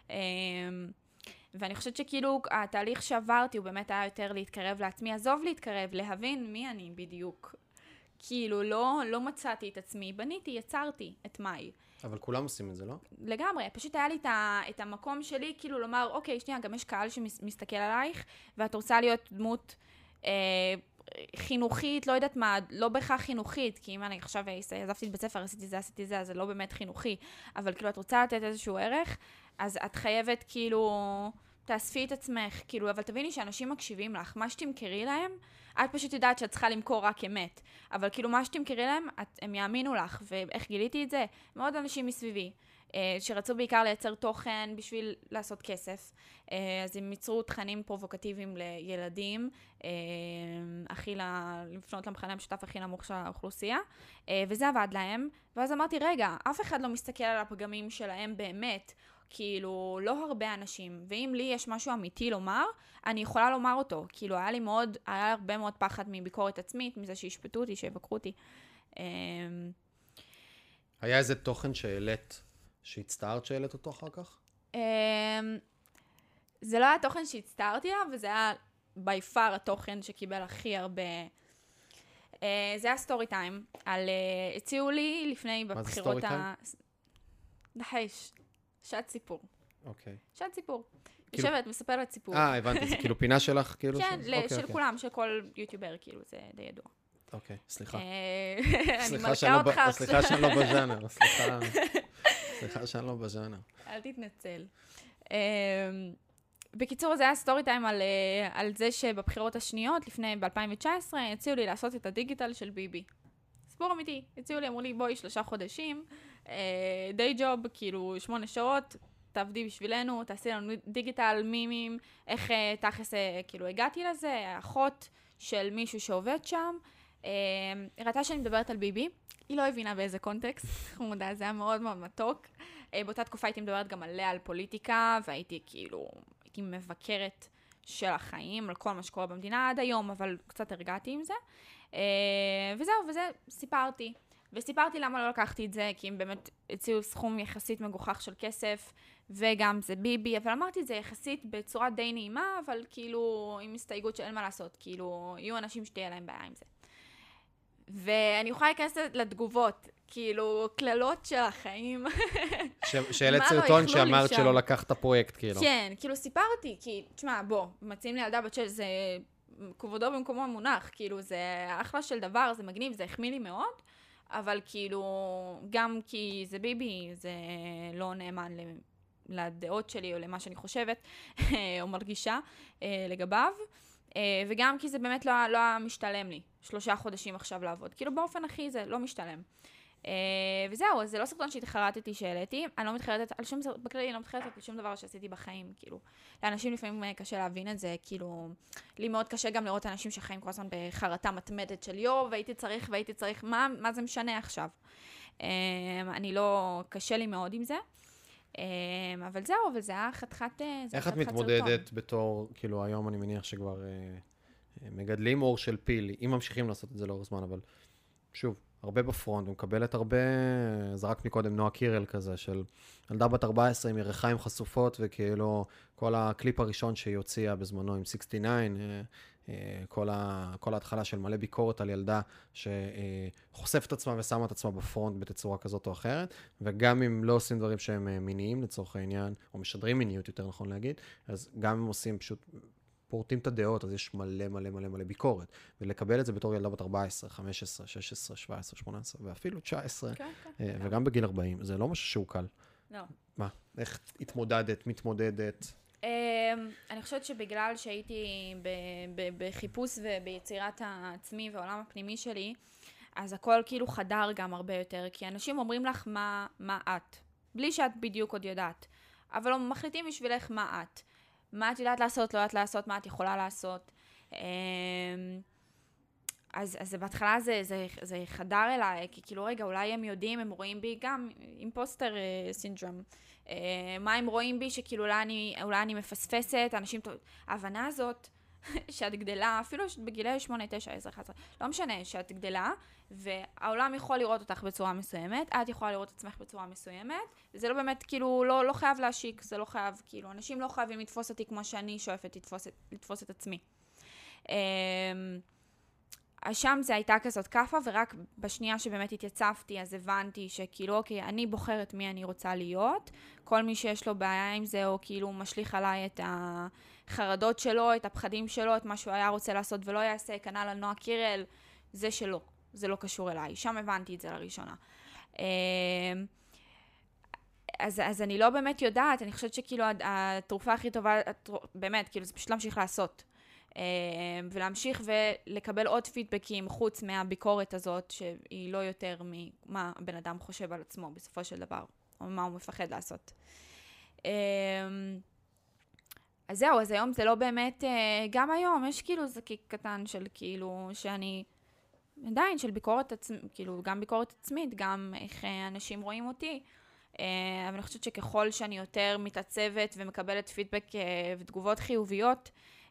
ואני חושבת שכאילו התהליך שעברתי הוא באמת היה יותר להתקרב לעצמי, עזוב להתקרב, להבין מי אני בדיוק. כאילו לא מצאתי את עצמי, בניתי, יצרתי את מאי. אבל כולם עושים את זה, לא? לגמרי, פשוט היה לי את המקום שלי, כאילו לומר, אוקיי, שנייה, גם יש קהל שמסתכל עלייך, ואת רוצה להיות דמות חינוכית, לא יודעת מה, לא בהכרח חינוכית, כי אם אני עכשיו עזבתי את בית ספר, עשיתי זה, אז זה לא באמת חינוכי, אבל כאילו את רוצה לתת איזשהו ערך, אז את חייבת כאילו, תאספי את עצמך, כאילו, אבל תביני שאנשים מקשיבים לך, מה שתמכרי להם, את פשוט יודעת שאת צריכה למכור רק אמת, אבל כאילו מה שתמכרי להם, הם יאמינו לך, ואיך גיליתי את זה? מאוד אנשים מסביבי, שרצו בעיקר לייצר תוכן בשביל לעשות כסף, אז הם ייצרו תכנים פרובוקטיביים לילדים, לפנות למכנה המשותף הכי נמוך של האוכלוסייה, וזה עבד להם, ואז אמרתי, רגע, אף אחד לא מסתכל על הפגמים שלהם באמת, כאילו, לא הרבה אנשים, ואם לי יש משהו אמיתי לומר, אני יכולה לומר אותו, כאילו, היה הרבה מאוד פחד מביקורת עצמית, מזה שישפטו אותי, שיבקרו אותי. היה איזה תוכן שהצטערת שהעלית אותו אחר כך? זה לא היה תוכן שהצטערתי עליו, וזה היה by far התוכן שקיבל הכי הרבה... זה היה סטורי טיים, הציעו לי לפני בבחירות מה זה סטורי טיים? נחש. שעת סיפור. אוקיי. שעת סיפור. יושבת, מספרת סיפור. הבנתי, זה כאילו פינה שלך, כאילו? כן, של כולם, של כל יוטיובר, כאילו, זה די ידוע. אוקיי, סליחה. אני מלכה אותך. סליחה שאני לא בז'אנר, סליחה שאני לא בז'אנר. אל תתנצל. בקיצור, זה היה סטורי טיים על זה שבבחירות השניות, ב-2019, הציעו לי לעשות את הדיגיטל של ביבי. סיפור אמיתי. הציעו לי, אמרו לי, בואי 3 חודשים, די ג'וב, כאילו 8 שעות, תעבדי בשבילנו, תעשי לנו דיגיטל, מימים, איך תכלס, כאילו הגעתי לזה, אחות של מישהו שעובד שם, ראתה שאני מדברת על ביבי, היא לא הבינה באיזה קונטקסט, חמודה, זה היה מאוד מאוד מתוק. באותה תקופה הייתי מדברת גם עליה, על פוליטיקה, והייתי כאילו, הייתי מבקרת של החיים, על כל מה שקורה במדינה עד היום, אבל קצת הרגעתי עם זה. וזהו, וזה סיפרתי. וסיפרתי למה לא לקחתי את זה, כי הם באמת הציעו סכום יחסית מגוחך של כסף, וגם זה ביבי, אבל אמרתי את זה יחסית בצורה די נעימה, אבל כאילו עם הסתייגות שאין מה לעשות, כאילו יהיו אנשים שתהיה להם בעיה עם זה. ואני יכולה להיכנס לתגובות, כאילו כללות של החיים. שאלת סרטון שאמרת שלא לקחת פרויקט, כאילו. כן, כאילו סיפרתי, כי, תשמע, בוא, מציעים לי ילדה בת 6, זה כבודו במקומו המונח, כאילו זה אחלה של דבר, זה מגניב, זה החמיא לי מאוד, אבל כאילו, גם כי זה ביבי, זה לא נאמן לדעות שלי או למה שאני חושבת או מרגישה לגביו, וגם כי זה באמת לא משתלם לי 3 חודשים עכשיו לעבוד, כאילו באופן הכי זה לא משתלם. וזהו, אז זה לא סרטון שהתחרטתי שהעליתי, אני לא מתחרטת על שום, בכללי אני לא מתחרטת על שום דבר שעשיתי בחיים, כאילו, לאנשים לפעמים קשה להבין את זה, כאילו, לי מאוד קשה גם לראות אנשים שחיים כל הזמן בחרטה מתמדת של יו, והייתי צריך, מה זה משנה עכשיו? אני לא, קשה לי מאוד עם זה, אבל זהו, אבל זה היה חתיכת איך את מתמודדת בתור, כאילו, היום אני מניח שכבר מגדלים אור של פיל, אם ממשיכים לעשות את זה לאור זמן, אבל שוב, הרבה בפרונט, ומקבלת הרבה, זרק מקודם נועה קירל כזה, של ילדה בת 14 עם ירחיים חשופות, וכאילו כל הקליפ הראשון שהיא הוציאה בזמנו עם 69, כל ההתחלה של מלא ביקורת על ילדה שחושפת עצמה ושמה את עצמה בפרונט בתצורה כזאת או אחרת, וגם אם לא עושים דברים שהם מיניים לצורך העניין, או משדרים מיניות יותר נכון להגיד, אז גם אם עושים פשוט פורטים את הדעות, אז יש מלא ביקורת. ולקבל את זה בתור ילדה בת 14, 15, 16, 17, 18, ואפילו 19, וגם בגיל 40. זה לא משהו שהוא קל. לא. מה? איך מתמודדת? אני חושבת שבגלל שהייתי בחיפוש וביצירת העצמי והעולם הפנימי שלי, אז הכל כאילו חדר גם הרבה יותר, כי אנשים אומרים לך מה את, בלי שאת בדיוק עוד יודעת, אבל הם מחליטים בשבילך מה את. מה את יודעת לעשות, לא יודעת לעשות, מה את יכולה לעשות. אז בהתחלה זה חדר אליי, כי כאילו רגע, אולי הם יודעים, הם רואים בי גם אימפוסטר סינדרום. מה הם רואים בי שכאילו אולי אני מפספסת, אנשים, ההבנה הזאת שאת גדלה, אפילו בגילי 8, 9, 10, 11, לא משנה, שאת גדלה, והעולם יכול לראות אותך בצורה מסוימת, את יכולה לראות את עצמך בצורה מסוימת, וזה לא באמת, כאילו, לא חייב להשיק, זה לא חייב, כאילו, אנשים לא חייבים לתפוס אותי כמו שאני שואפת לתפוס את עצמי. אז שם זה הייתה כזאת קפה, ורק בשנייה שבאמת התייצבתי, אז הבנתי שכאילו, אוקיי, אני בוחרת מי אני רוצה להיות, כל מי שיש לו בעיה עם זה, או כאילו משליך עליי את החרדות שלו, את הפחדים שלו, את מה שהוא היה רוצה לעשות ולא יעשה, כנ"ל על נועה קירל, זה שלו, זה לא קשור אליי, שם הבנתי את זה לראשונה. אז אני לא באמת יודעת, אני חושבת שכאילו התרופה הכי טובה, באמת, כאילו זה פשוט להמשיך לעשות. ולהמשיך ולקבל עוד פידבקים חוץ מהביקורת הזאת, שהיא לא יותר ממה הבן אדם חושב על עצמו בסופו של דבר, או מה הוא מפחד לעשות. אז זהו, אז היום זה לא באמת, גם היום יש כאילו זקיק קטן של כאילו, שאני עדיין של ביקורת עצמית, כאילו גם ביקורת עצמית, גם איך אנשים רואים אותי, אבל אני חושבת שככל שאני יותר מתעצבת ומקבלת פידבק ותגובות חיוביות,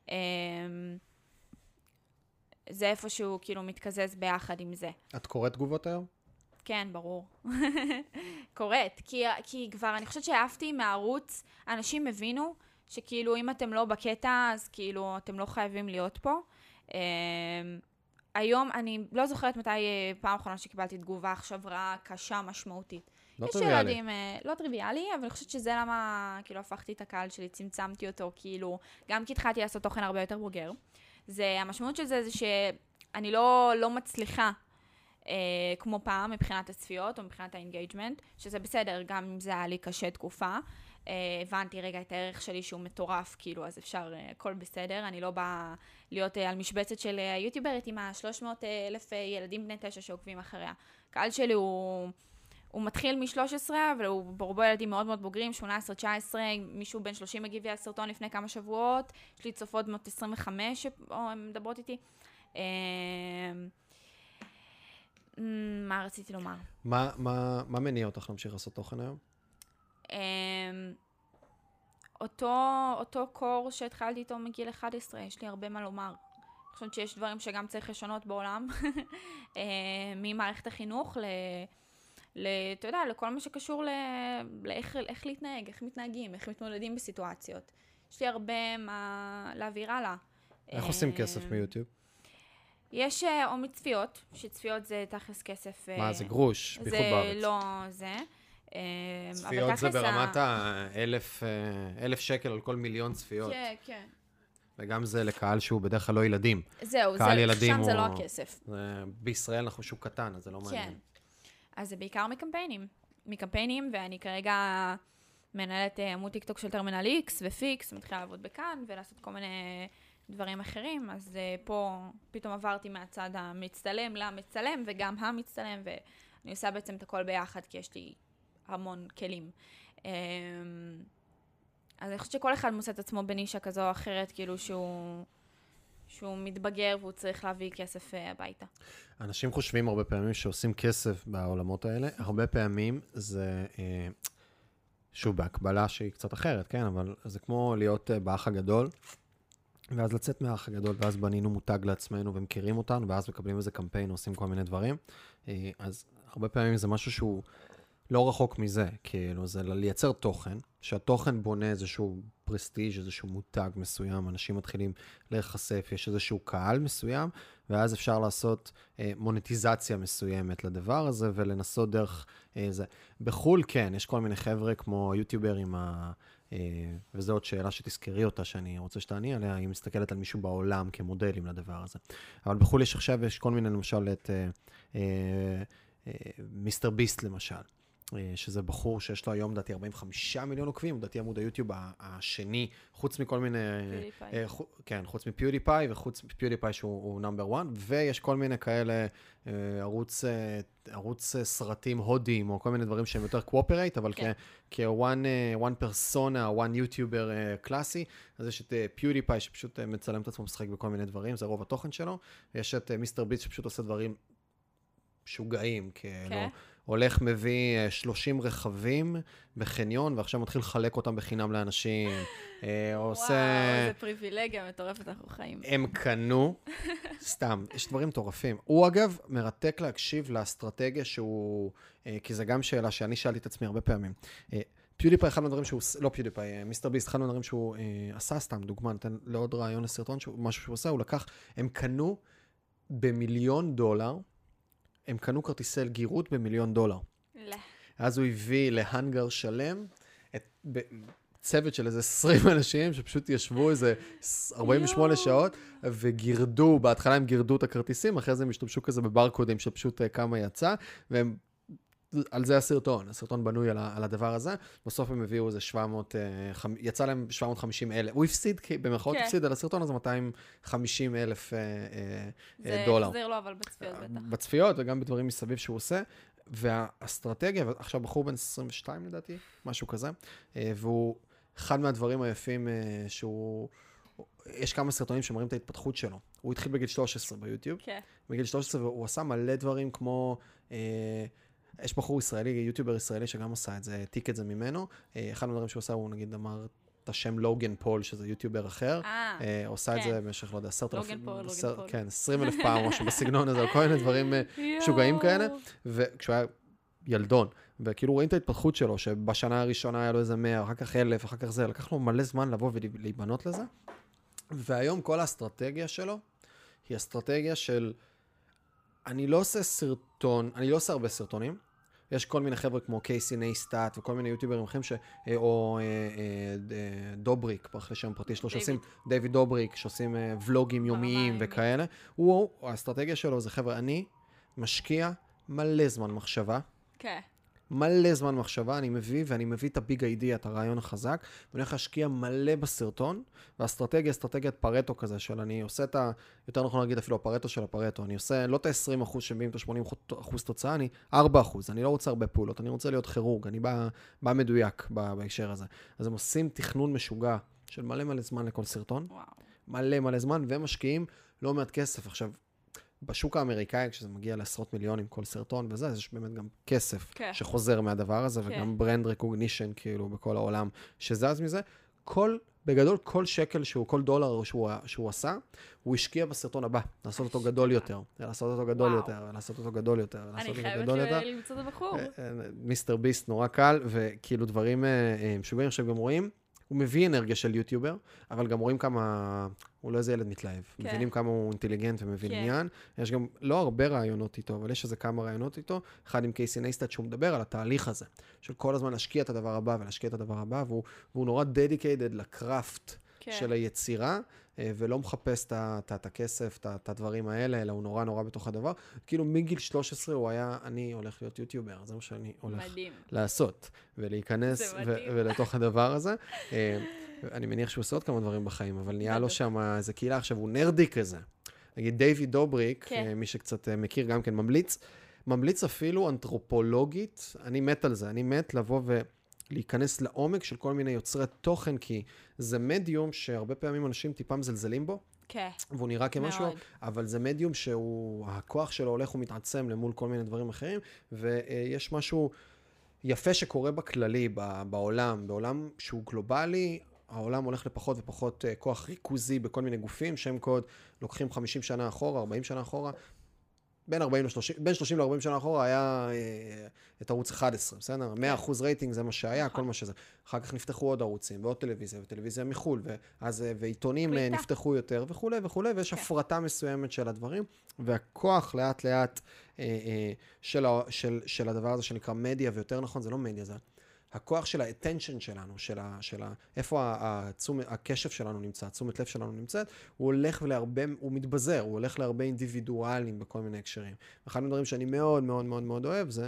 זה איפשהו כאילו מתקזז ביחד עם זה. את קוראת תגובות היום? כן, ברור. קוראת, כי כבר אני חושבת שאהבתי מהערוץ, אנשים הבינו שכאילו אם אתם לא בקטע, אז כאילו אתם לא חייבים להיות פה. היום אני לא זוכרת מתי פעם אחרונה שקיבלתי תגובה עכשיו רעה קשה משמעותית. לא יש טריוויאלי. ילדים, לא טריוויאלי, אבל אני חושבת שזה למה כאילו הפכתי את הקהל שלי, צמצמתי אותו, כאילו, גם כי התחלתי לעשות תוכן הרבה יותר בוגר. המשמעות של זה שאני לא מצליחה כמו פעם מבחינת הצפיות או מבחינת האינגייג'מנט, שזה בסדר, גם אם זה היה לי קשה תקופה. הבנתי רגע את הערך שלי שהוא מטורף, כאילו, אז אפשר, הכל בסדר. אני לא באה להיות על משבצת של היוטיוברית עם 300,000 ילדים בני 9 שעוקבים אחריה. הקהל שלי הוא מתחיל מ-13, אבל הוא ברובו ילדים מאוד מאוד בוגרים, 18, 19, מישהו בן 30 מגיב לי על סרטון לפני כמה שבועות, יש לי צופות בנות 25, הן מדברות איתי. מה רציתי לומר? מה מניע אותך להמשיך לעשות תוכן היום? אותו קור שהתחלתי איתו מגיל 11, יש לי הרבה מה לומר. אני חושבת שיש דברים שגם צריך לשנות בעולם, ממערכת החינוך אתה יודע, לכל מה שקשור לאיך להתנהג, איך מתנהגים, איך מתמודדים בסיטואציות. יש לי הרבה מה להעביר הלאה. איך עושים כסף מיוטיוב? יש או מצפיות, שצפיות זה תכלס כסף. מה, זה גרוש, בייחוד בארץ. זה לא זה. צפיות זה ברמת ה-1,000 שקל על כל מיליון צפיות. כן, כן. וגם זה לקהל שהוא בדרך כלל לא ילדים. זהו, שם זה לא הכסף. בישראל אנחנו שוק קטן, אז זה לא מעניין. כן. אז זה בעיקר מקמפיינים, ואני כרגע מנהלת עמוד טיקטוק של טרמינל X ופיקס, מתחילה לעבוד בכאן ולעשות כל מיני דברים אחרים, אז פה פתאום עברתי מהצד המצטלם למצטלם, וגם המצטלם, ואני עושה בעצם את הכל ביחד, כי יש לי המון כלים. אז אני חושבת שכל אחד מוצא את עצמו בנישה כזו או אחרת, כאילו שהוא מתבגר והוא צריך להביא כסף הביתה. אנשים חושבים הרבה פעמים שעושים כסף בעולמות האלה, הרבה פעמים זה, שוב, בהקבלה שהיא קצת אחרת, כן, אבל זה כמו להיות באח הגדול, ואז לצאת מהאח הגדול, ואז בנינו מותג לעצמנו ומכירים אותנו, ואז מקבלים איזה קמפיין, עושים כל מיני דברים. אז הרבה פעמים זה משהו שהוא לא רחוק מזה, כאילו זה לייצר תוכן, שהתוכן בונה איזשהו פרסטיג', איזשהו מותג מסוים, אנשים מתחילים להיחשף, יש איזשהו קהל מסוים, ואז אפשר לעשות מונטיזציה מסוימת לדבר הזה, ולנסות דרך זה. בחול כן, יש כל מיני חבר'ה כמו יוטיוברים, וזו עוד שאלה שתזכרי אותה, שאני רוצה שתעני עליה, היא מסתכלת על מישהו בעולם כמודלים לדבר הזה. אבל בחול יש עכשיו, יש כל מיני, למשל, את מיסטר ביסט למשל. שזה בחור שיש לו היום, לדעתי, 45 מיליון עוקבים, לדעתי עמוד היוטיוב השני, חוץ מכל מיני... כן, חוץ מפיודיפיי, וחוץ מפיודיפיי שהוא נאמבר 1, ויש כל מיני כאלה ערוץ סרטים הודיים, או כל מיני דברים שהם יותר קואופרייט, אבל כ-one persona, one YouTuber קלאסי, אז יש את פיודיפיי שפשוט מצלם את עצמו משחק בכל מיני דברים, זה רוב התוכן שלו, יש את מיסטר ביסט שפשוט עושה דברים משוגעים, כאילו... הולך מביא 30 רכבים בחניון, ועכשיו מתחיל לחלק אותם בחינם לאנשים. וואו, זה פריבילגיה מטורפת, אנחנו חיים. הם קנו, סתם, יש דברים מטורפים. הוא אגב מרתק להקשיב לאסטרטגיה שהוא, כי זה גם שאלה שאני שאלתי את עצמי הרבה פעמים. פיודיפיי, אחד מהדברים שהוא, לא פיודיפיי, מיסטר ביסט, אחד מהדברים שהוא עשה, סתם דוגמה, נתן לעוד רעיון לסרטון, משהו שהוא עושה, הוא לקח, הם קנו $1,000,000, הם קנו כרטיסי גירות $1,000,000. לא. אז הוא הביא להנגר שלם, צוות של איזה 20 אנשים, שפשוט ישבו איזה 48 שעות, וגירדו, בהתחלה הם גירדו את הכרטיסים, אחרי זה הם השתמשו כזה בברקודים, שפשוט כמה יצא, והם, על זה הסרטון בנוי על הדבר הזה, בסוף הם הביאו איזה 700, יצא להם 750,000, הוא הפסיד, במרכאות הפסיד על הסרטון, אז $250,000. זה החזיר לו, אבל בצפיות בטח. בצפיות, וגם בדברים מסביב שהוא עושה, והאסטרטגיה, עכשיו בחור בן 22 לדעתי, משהו כזה, והוא אחד מהדברים היפים שהוא, יש כמה סרטונים שמראים את ההתפתחות שלו. הוא התחיל בגיל 13 ביוטיוב, בגיל 13 והוא עשה מלא דברים כמו, יש בחור ישראלי, יוטיובר ישראלי שגם עושה את זה, העתיק את זה ממנו, אחד מהדברים שהוא עושה, הוא נגיד אמר את השם לוגן פול, שזה יוטיובר אחר, עושה את זה במשך, לא יודע, 20,000 פעם, משהו בסגנון הזה, כל מיני דברים משוגעים כאלה, וכשהוא היה ילדון, וכאילו רואים את ההתפתחות שלו, שבשנה הראשונה היה לו איזה 100, אחר כך 1,000, אחר כך זה, לקח לו מלא זמן לבוא ולהיבנות לזה, והיום כל האסטרטגיה שלו, היא אסטרטגיה של, אני לא עושה סרטון, אני לא עושה הרבה סרטונים, יש כל מיני חבר'ה כמו קייסי נייסטאט וכל מיני יוטיוברים אחרים או דובריק, לשם פרטי שלו, שעושים דיוויד דובריק, שעושים ולוגים יומיים וכאלה. האסטרטגיה שלו זה חבר'ה, אני משקיע מלא זמן מחשבה. כן. מלא זמן מחשבה, אני מביא את הביג אידיאה, את הרעיון החזק, ואני הולך להשקיע מלא בסרטון, והאסטרטגיה, אסטרטגיית פרטו כזה, של אני עושה את יותר נכון להגיד אפילו הפרטו של הפרטו, אני עושה לא את ה-20% שמביאים את ה-80% תוצאה, אני 4%, אני לא רוצה הרבה פעולות, אני רוצה להיות כירורג, אני בא מדויק בהקשר הזה. אז הם עושים תכנון משוגע של מלא זמן לכל סרטון, מלא זמן, והם משקיעים לא מעט כסף. עכשיו, בשוק האמריקאי, כשזה מגיע לעשרות מיליונים כל סרטון וזה, אז יש באמת גם כסף שחוזר מהדבר הזה, וגם ברנד רקוגנישן כאילו בכל העולם שזז מזה. בגדול, כל שקל כל דולר שהוא עשה, הוא השקיע בסרטון הבא, לעשות אותו גדול יותר, לעשות אותו גדול יותר. אני חייבת למצוא את הבחור. מיסטר ביסט נורא קל, וכאילו דברים משוגעים עכשיו גם רואים, הוא מביא אנרגיה של יוטיובר, אבל גם רואים כמה, הוא לא איזה ילד מתלהב. מבינים כמה הוא אינטליגנט ומבין עניין. יש גם לא הרבה רעיונות איתו, אבל יש איזה כמה רעיונות איתו. אחד עם קייסי נייסטאט שהוא מדבר על התהליך הזה, של כל הזמן להשקיע את הדבר הבא ולהשקיע את הדבר הבא, והוא נורא dedicated לקראפט של היצירה, ולא מחפש את הכסף, את הדברים האלה, אלא הוא נורא בתוך הדבר. כאילו מגיל 13 הוא היה, אני הולך להיות יוטיובר, זה מה שאני הולך לעשות, ולהיכנס ולתוך הדבר הזה. אני מניח שהוא עושה עוד כמה דברים בחיים, אבל נהיה לו שם איזה קהילה, עכשיו הוא נרדי כזה. נגיד דיוויד דובריק, מי שקצת מכיר גם כן ממליץ אפילו אנתרופולוגית, אני מת על זה, אני מת לבוא להיכנס לעומק של כל מיני יוצרי תוכן, כי זה מדיום שהרבה פעמים אנשים טיפה מזלזלים בו, והוא נראה כמשהו, אבל זה מדיום שהכוח שלו הולך ומתעצם למול כל מיני דברים אחרים, ויש משהו יפה שקורה בכללי, בעולם שהוא גלובלי, העולם הולך לפחות ופחות כוח ריכוזי בכל מיני גופים, שהם קוד לוקחים 50 שנה אחורה, 40 שנה אחורה, בין 30 ל-40 שנה אחורה היה את ערוץ 11, בסדר? 100% רייטינג זה מה שהיה, כל מה שזה. אחר כך נפתחו עוד ערוצים, ועוד טלוויזיה, וטלוויזיה מחול, ועיתונים נפתחו יותר וכו', ויש הפרטה מסוימת של הדברים, והכוח לאט לאט של הדבר הזה שנקרא מדיה, ויותר נכון, זה לא מדיה, זה הכוח של ה-attention שלנו, איפה הקשב שלנו נמצא, תשומת לב שלנו נמצאת, הוא הולך הוא מתבזר, הוא הולך להרבה אינדיבידואלים בכל מיני הקשרים. אחד מהדברים שאני מאוד מאוד מאוד מאוד אוהב זה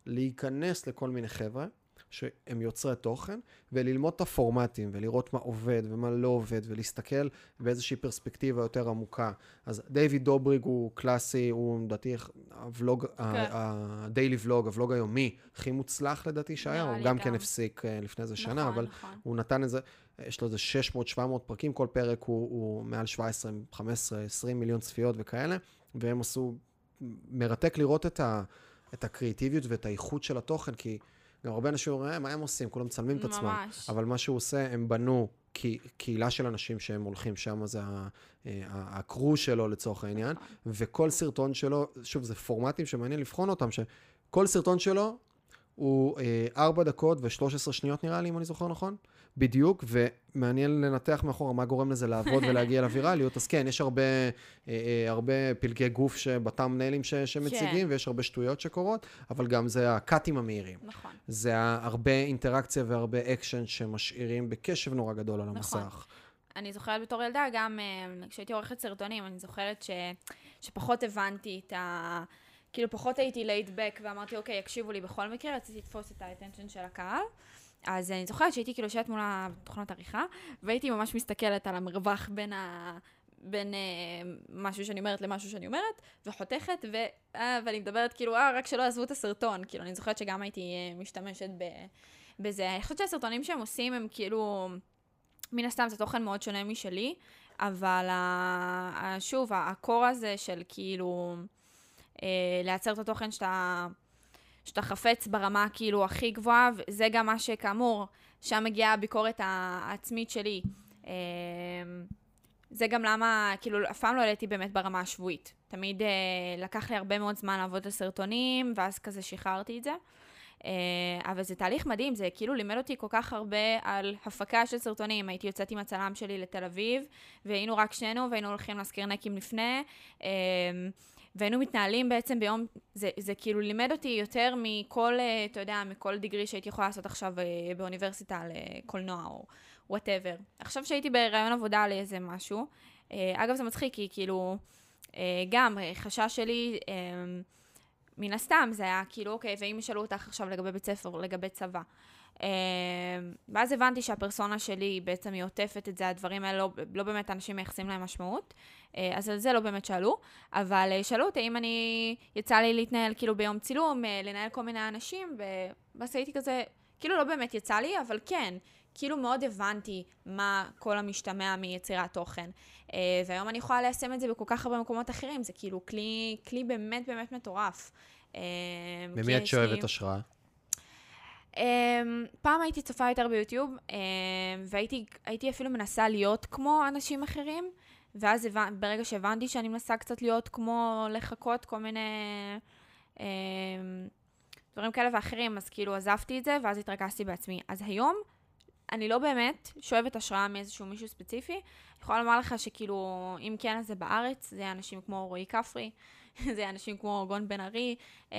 להיכנס לכל מיני חבר'ה, שהם יוצרי תוכן, וללמוד את הפורמטים, ולראות מה עובד ומה לא עובד, ולהסתכל באיזושהי פרספקטיבה יותר עמוקה. אז דיוויד דובריג הוא קלאסי, הוא לדעתי הוולוג, הדיילי ולוג, הוולוג היומי, הכי מוצלח לדעתי שהיה, הוא גם כן הפסיק לפני איזה שנה, אבל הוא נתן איזה, יש לו איזה 600-700 פרקים, כל פרק הוא מעל 17, 15, 20 מיליון צפיות וכאלה, והם עשו, מרתק לראות את הקריאטיביות ואת האיכות של התוכן, כי גם הרבה אנשים אומרים, מה הם עושים? כולם מצלמים את עצמם. אבל מה שהוא עושה, הם בנו קהילה של אנשים שהם הולכים שם, זה הקרו שלו לצורך העניין, וכל סרטון שלו, שוב, זה פורמטים שמעניין לבחון אותם, שכל סרטון שלו הוא 4 דקות ו13 שניות נראה לי, אם אני זוכר נכון, בדיוק, ומעניין לנתח מאחורה מה גורם לזה לעבוד ולהגיע לווירליות. אז כן, יש הרבה פלגי גוף בטאמניילים שמציגים, ויש הרבה שטויות שקורות, אבל גם זה הקאטים המהירים. נכון. זה הרבה אינטראקציה והרבה אקשן שמשאירים בקשב נורא גדול על המסך. אני זוכרת בתור ילדה, גם כשהייתי עורכת סרטונים, אני זוכרת שפחות הבנתי את כאילו פחות הייתי laid back ואמרתי, אוקיי, יקשיבו לי בכל מקרה, רציתי לתפוס את האטנשן של הקהל. אז אני זוכרת שהייתי כאילו שאת מול תוכנות עריכה, והייתי ממש מסתכלת על המרווח בין משהו שאני אומרת למשהו שאני אומרת, וחותכת, ואני מדברת כאילו, רק שלא עזבו את הסרטון. כאילו, אני זוכרת שגם הייתי משתמשת בזה. אני חושבת שהסרטונים שהם עושים הם כאילו, מן הסתם זה תוכן מאוד שונה משלי, אבל שוב, הקור הזה של כאילו, לייצר את התוכן שאתה חפץ ברמה כאילו הכי גבוהה, וזה גם מה שכאמור, שם מגיעה הביקורת העצמית שלי. זה גם למה, כאילו, אף פעם לא העליתי באמת ברמה השבועית. תמיד לקח לי הרבה מאוד זמן לעבוד על סרטונים, ואז כזה שחררתי את זה. אבל זה תהליך מדהים, זה כאילו לימד אותי כל כך הרבה על הפקה של סרטונים. הייתי יוצאת עם הצלם שלי לתל אביב, והיינו רק שנינו, והיינו הולכים להזכיר נקים לפני, והיינו מתנהלים בעצם ביום, זה כאילו לימד אותי יותר מכל, אתה יודע, מכל דיגרי שהייתי יכולה לעשות עכשיו באוניברסיטה לקולנוע או whatever. עכשיו שהייתי ברעיון עבודה על איזה משהו, אגב זה מצחיק, כי כאילו, גם חשש שלי, מן הסתם זה היה כאילו, אוקיי, ואם ישאלו אותך עכשיו לגבי בית ספר, לגבי צבא. ואז הבנתי שהפרסונה שלי בעצם היא עוטפת את זה, הדברים האלה לא באמת אנשים מייחסים להם משמעות, אז על זה לא באמת שאלו, אבל שאלו אותי אם אני, יצא לי להתנהל כאילו ביום צילום, לנהל כל מיני אנשים, ואז הייתי כזה, כאילו לא באמת יצא לי, אבל כן, כאילו מאוד הבנתי מה כל המשתמע מיצירת תוכן, והיום אני יכולה ליישם את זה בכל כך הרבה מקומות אחרים, זה כאילו כלי באמת באמת מטורף. ממי את שואבת השראה? פעם הייתי צופה יותר ביוטיוב, והייתי אפילו מנסה להיות כמו אנשים אחרים, ואז ברגע שהבנתי שאני מנסה קצת להיות כמו לחכות כל מיני דברים כאלה ואחרים, אז כאילו עזבתי את זה, ואז התרכזתי בעצמי. אז היום אני לא באמת שואבת השראה מאיזשהו מישהו ספציפי. אני יכולה לומר לך שכאילו, אם כן, אז זה בארץ, זה אנשים כמו רועי כפרי, זה אנשים כמו גון בן ארי,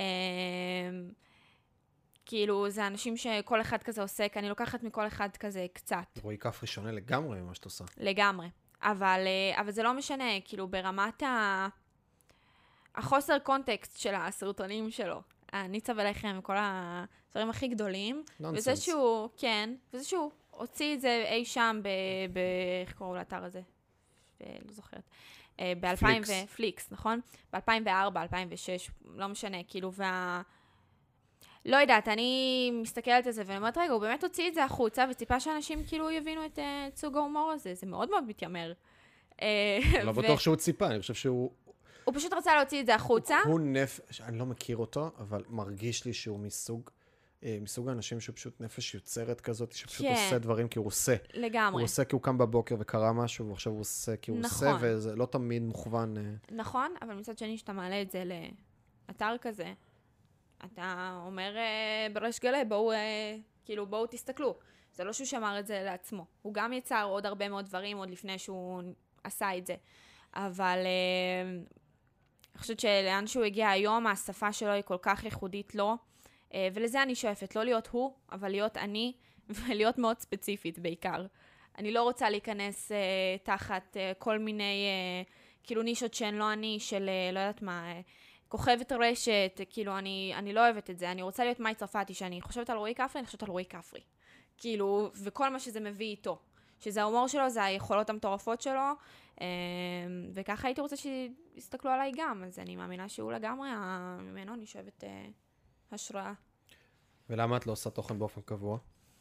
כאילו, זה אנשים שכל אחד כזה עוסק, אני לוקחת מכל אחד כזה קצת. רועי כפרי שונה לגמרי ממה שאת עושה. לגמרי. אבל זה לא משנה, כאילו, ברמת החוסר קונטקסט של הסרטונים שלו. ניצה ולחם וכל הדברים הכי גדולים. וזה שהוא, כן, וזה שהוא הוציא את זה אי שם איך קוראים לאתר הזה? לא זוכרת. פליקס, נכון? ב-2004, 2006, לא משנה, כאילו, לא יודעת, אני מסתכלת על זה ואני אומרת, רגע, הוא באמת הוציא את זה החוצה, וציפה שאנשים כאילו יבינו את סוג ההומור הזה, זה מאוד מאוד מתיימר. לא בטוח שהוא ציפה, אני חושב שהוא... הוא פשוט רצה להוציא את זה החוצה. אני לא מכיר אותו, אבל מרגיש לי שהוא מסוג האנשים שהוא פשוט נפש יוצרת כזאת, שפשוט עושה דברים כי הוא עושה. לגמרי. הוא עושה כי הוא קם בבוקר וקרה משהו, ועכשיו הוא עושה כי הוא עושה, וזה לא תמיד מוכוון. נכון, אבל מצד שני שאתה מעלה את זה לאתר כזה, אתה אומר בריש גלי, בואו תסתכלו. זה לא שהוא שמר את זה לעצמו. הוא גם יצר עוד הרבה מאוד דברים עוד לפני שהוא עשה את זה. אבל אני חושבת שלאן שהוא הגיע היום, השפה שלו היא כל כך ייחודית לו, ולזה אני שואפת, לא להיות הוא, אבל להיות אני, ולהיות מאוד ספציפית בעיקר. אני לא רוצה להיכנס תחת כל מיני כאילו נישות שהן לא אני, של לא יודעת מה, כוכבת רשת, כאילו, אני לא אוהבת את זה. אני רוצה להיות מאי צרפתי, שאני חושבת על רועי כפרי, אני חושבת על רועי כפרי. כאילו, וכל מה שזה מביא איתו. שזה ההומור שלו, זה היכולות המטורפות שלו, וככה הייתי רוצה שיסתכלו עליי גם, אז אני מאמינה שהוא לגמרי, ממנו אני שואבת השראה. ולמה את לא עושה תוכן באופן קבוע?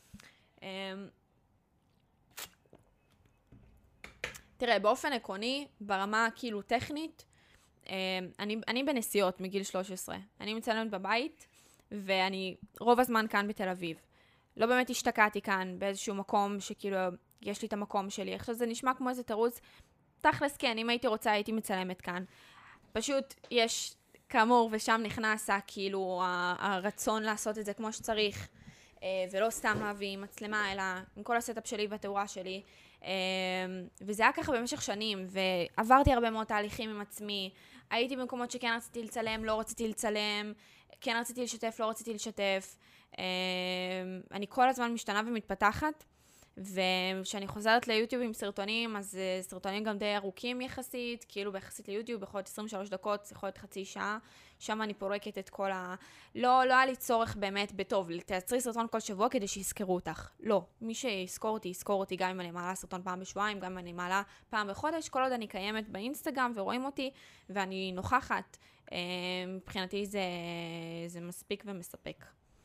תראה, באופן עקרוני, ברמה כאילו טכנית, אני בנסיעות מגיל 13. אני מצלמת בבית, ואני רוב הזמן כאן בתל אביב. לא באמת השתקעתי כאן באיזשהו מקום שכאילו יש לי את המקום שלי. עכשיו זה נשמע כמו איזה תירוץ. תכלס כן, אם הייתי רוצה הייתי מצלמת כאן. פשוט יש כאמור ושם נכנס כאילו הרצון לעשות את זה כמו שצריך, ולא סתם להביא מצלמה, אלא עם כל הסטאפ שלי והתאורה שלי. וזה היה ככה במשך שנים, ועברתי הרבה מאוד תהליכים עם עצמי. הייתי במקומות שכן רציתי לצלם, לא רציתי לצלם, כן רציתי לשתף, לא רציתי לשתף. אני כל הזמן משתנה ומתפתחת, וכשאני חוזרת ליוטיוב עם סרטונים, אז סרטונים גם די ארוכים יחסית, כאילו ביחסית ליוטיוב, יכול להיות 23 דקות, יכול להיות חצי שעה, שם אני פורקת את כל לא היה לי צורך באמת בטוב, תעצרי סרטון כל שבוע כדי שיזכרו אותך. לא, מי שיזכור אותי, יזכור אותי גם אם אני מעלה סרטון פעם בשבועיים, גם אם אני מעלה פעם בחודש, כל עוד אני קיימת באינסטגרם ורואים אותי, ואני נוכחת. מבחינתי זה מספיק ומספק.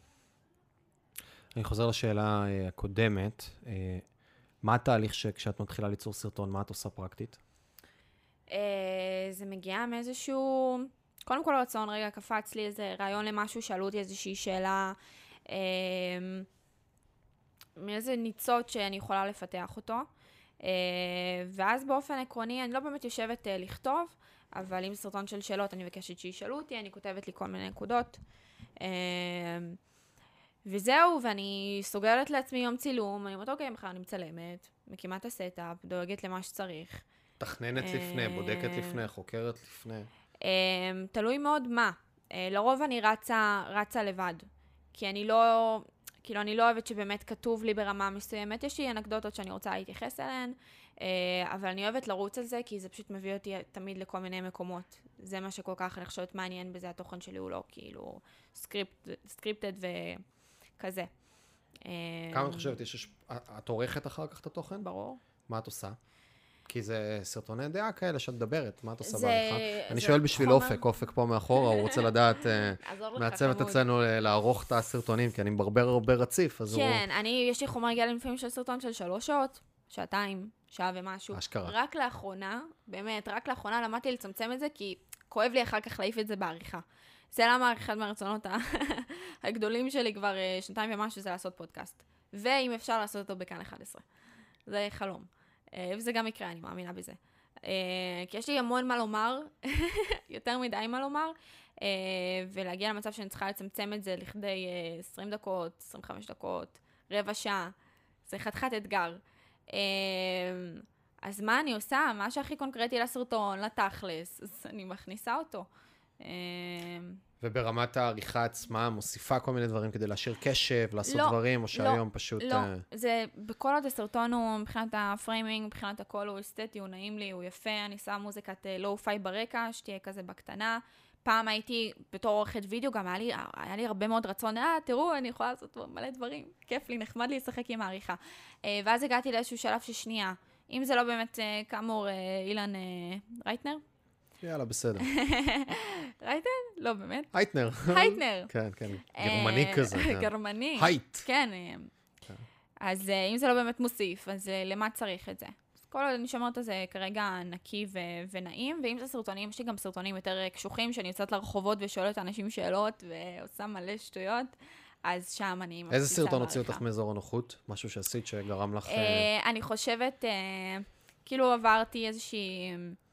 אני חוזר לשאלה הקודמת. מה התהליך שכשאת מתחילה ליצור סרטון, מה את עושה פרקטית? זה מגיע מאיזשהו... קודם כל הרצון, רגע, קפץ לי איזה רעיון למשהו, שאלו אותי איזושהי שאלה, מאיזה ניצות שאני יכולה לפתח אותו. ואז באופן עקרוני, אני לא באמת יושבת לכתוב, אבל אם סרטון של שאלות, אני מבקשת שישאלו אותי, אני כותבת לי כל מיני נקודות. וזהו, ואני סוגרת לעצמי יום צילום, אני אומרת, אוקיי, מחר אני מצלמת, מקימה את הסטאפ, דואגת למה שצריך. תכננת לפני, בודקת לפני, חוקרת לפני. תלוי מאוד מה. לרוב אני רצה לבד, כי אני לא אוהבת שבאמת כתוב לי ברמה מסוימת, יש לי אנקדוטות שאני רוצה להתייחס אליהן, אבל אני אוהבת לרוץ על זה, כי זה פשוט מביא אותי תמיד לכל מיני מקומות. זה מה שכל כך אני חושבת מעניין בזה, התוכן שלי הוא לא כאילו סקריפטד וכזה. כמה את חושבת, את עורכת אחר כך את התוכן? ברור. מה את עושה? כי זה סרטוני דעה כאלה שאת מדברת, מה את עושה בעריכה? אני שואל בשביל אופק פה מאחורה, הוא רוצה לדעת מהצוות אצלנו לערוך את הסרטונים, כי אני מברבר הרבה רציף, אז הוא... כן, יש לי חומר גלם לפעמים של סרטון של 3 שעות, שעתיים, שעה ומשהו. אשכרה. רק לאחרונה, באמת, רק לאחרונה למדתי לצמצם את זה, כי כואב לי אחר כך להעיף את זה בעריכה. זה למה אחד מהרצונות הגדולים שלי כבר 2 ומשהו, זה לעשות פודקאסט. ואם אפשר לעשות אותו בכאן 11. זה חלום. וזה גם יקרה, אני מאמינה בזה. כי יש לי המון מה לומר, יותר מדי מה לומר, ולהגיע למצב שאני צריכה לצמצם את זה לכדי 20 דקות, 25 דקות, רבע שעה. זה חתיכת אתגר. אז מה אני עושה? מה שהכי קונקרטי לסרטון, לתכלס, אז אני מכניסה אותו. וברמת העריכה עצמה, מוסיפה כל מיני דברים כדי להשאיר קשב, לעשות דברים, או שהיום פשוט... לא, זה בכל עוד הסרטון הוא, מבחינת הפריימינג, מבחינת הכל הוא אסתטי, הוא נעים לי, הוא יפה, אני שם מוזיקת לואו-פיי ברקע, שתהיה כזה בקטנה. פעם הייתי בתור עורכת וידאו, גם היה לי הרבה מאוד רצון, תראו, אני יכולה לעשות מלא דברים, כיף לי, נחמד לי לשחק עם העריכה. ואז הגעתי לאיזשהו שלב ששנייה, אם זה לא באמת, כאמור, אילן רייטנר, יאללה, בסדר. רייטנר? לא, באמת. הייטנר. הייטנר. כן, כן. גרמני כזה. גרמני. הייט. כן. אז אם זה לא באמת מוסיף, אז למה צריך את זה? כל עוד אני שומרת את זה כרגע נקי ונעים, ואם זה סרטונים, יש לי גם סרטונים יותר קשוחים, שאני יוצאת לרחובות ושואלת אנשים שאלות, ועושה מלא שטויות, אז שם אני מפסיסה. איזה סרטון הוציא אותך מאזור הנוחות? משהו שעשית שגרם לך... אני חושבת, כאילו עברתי איזושהי...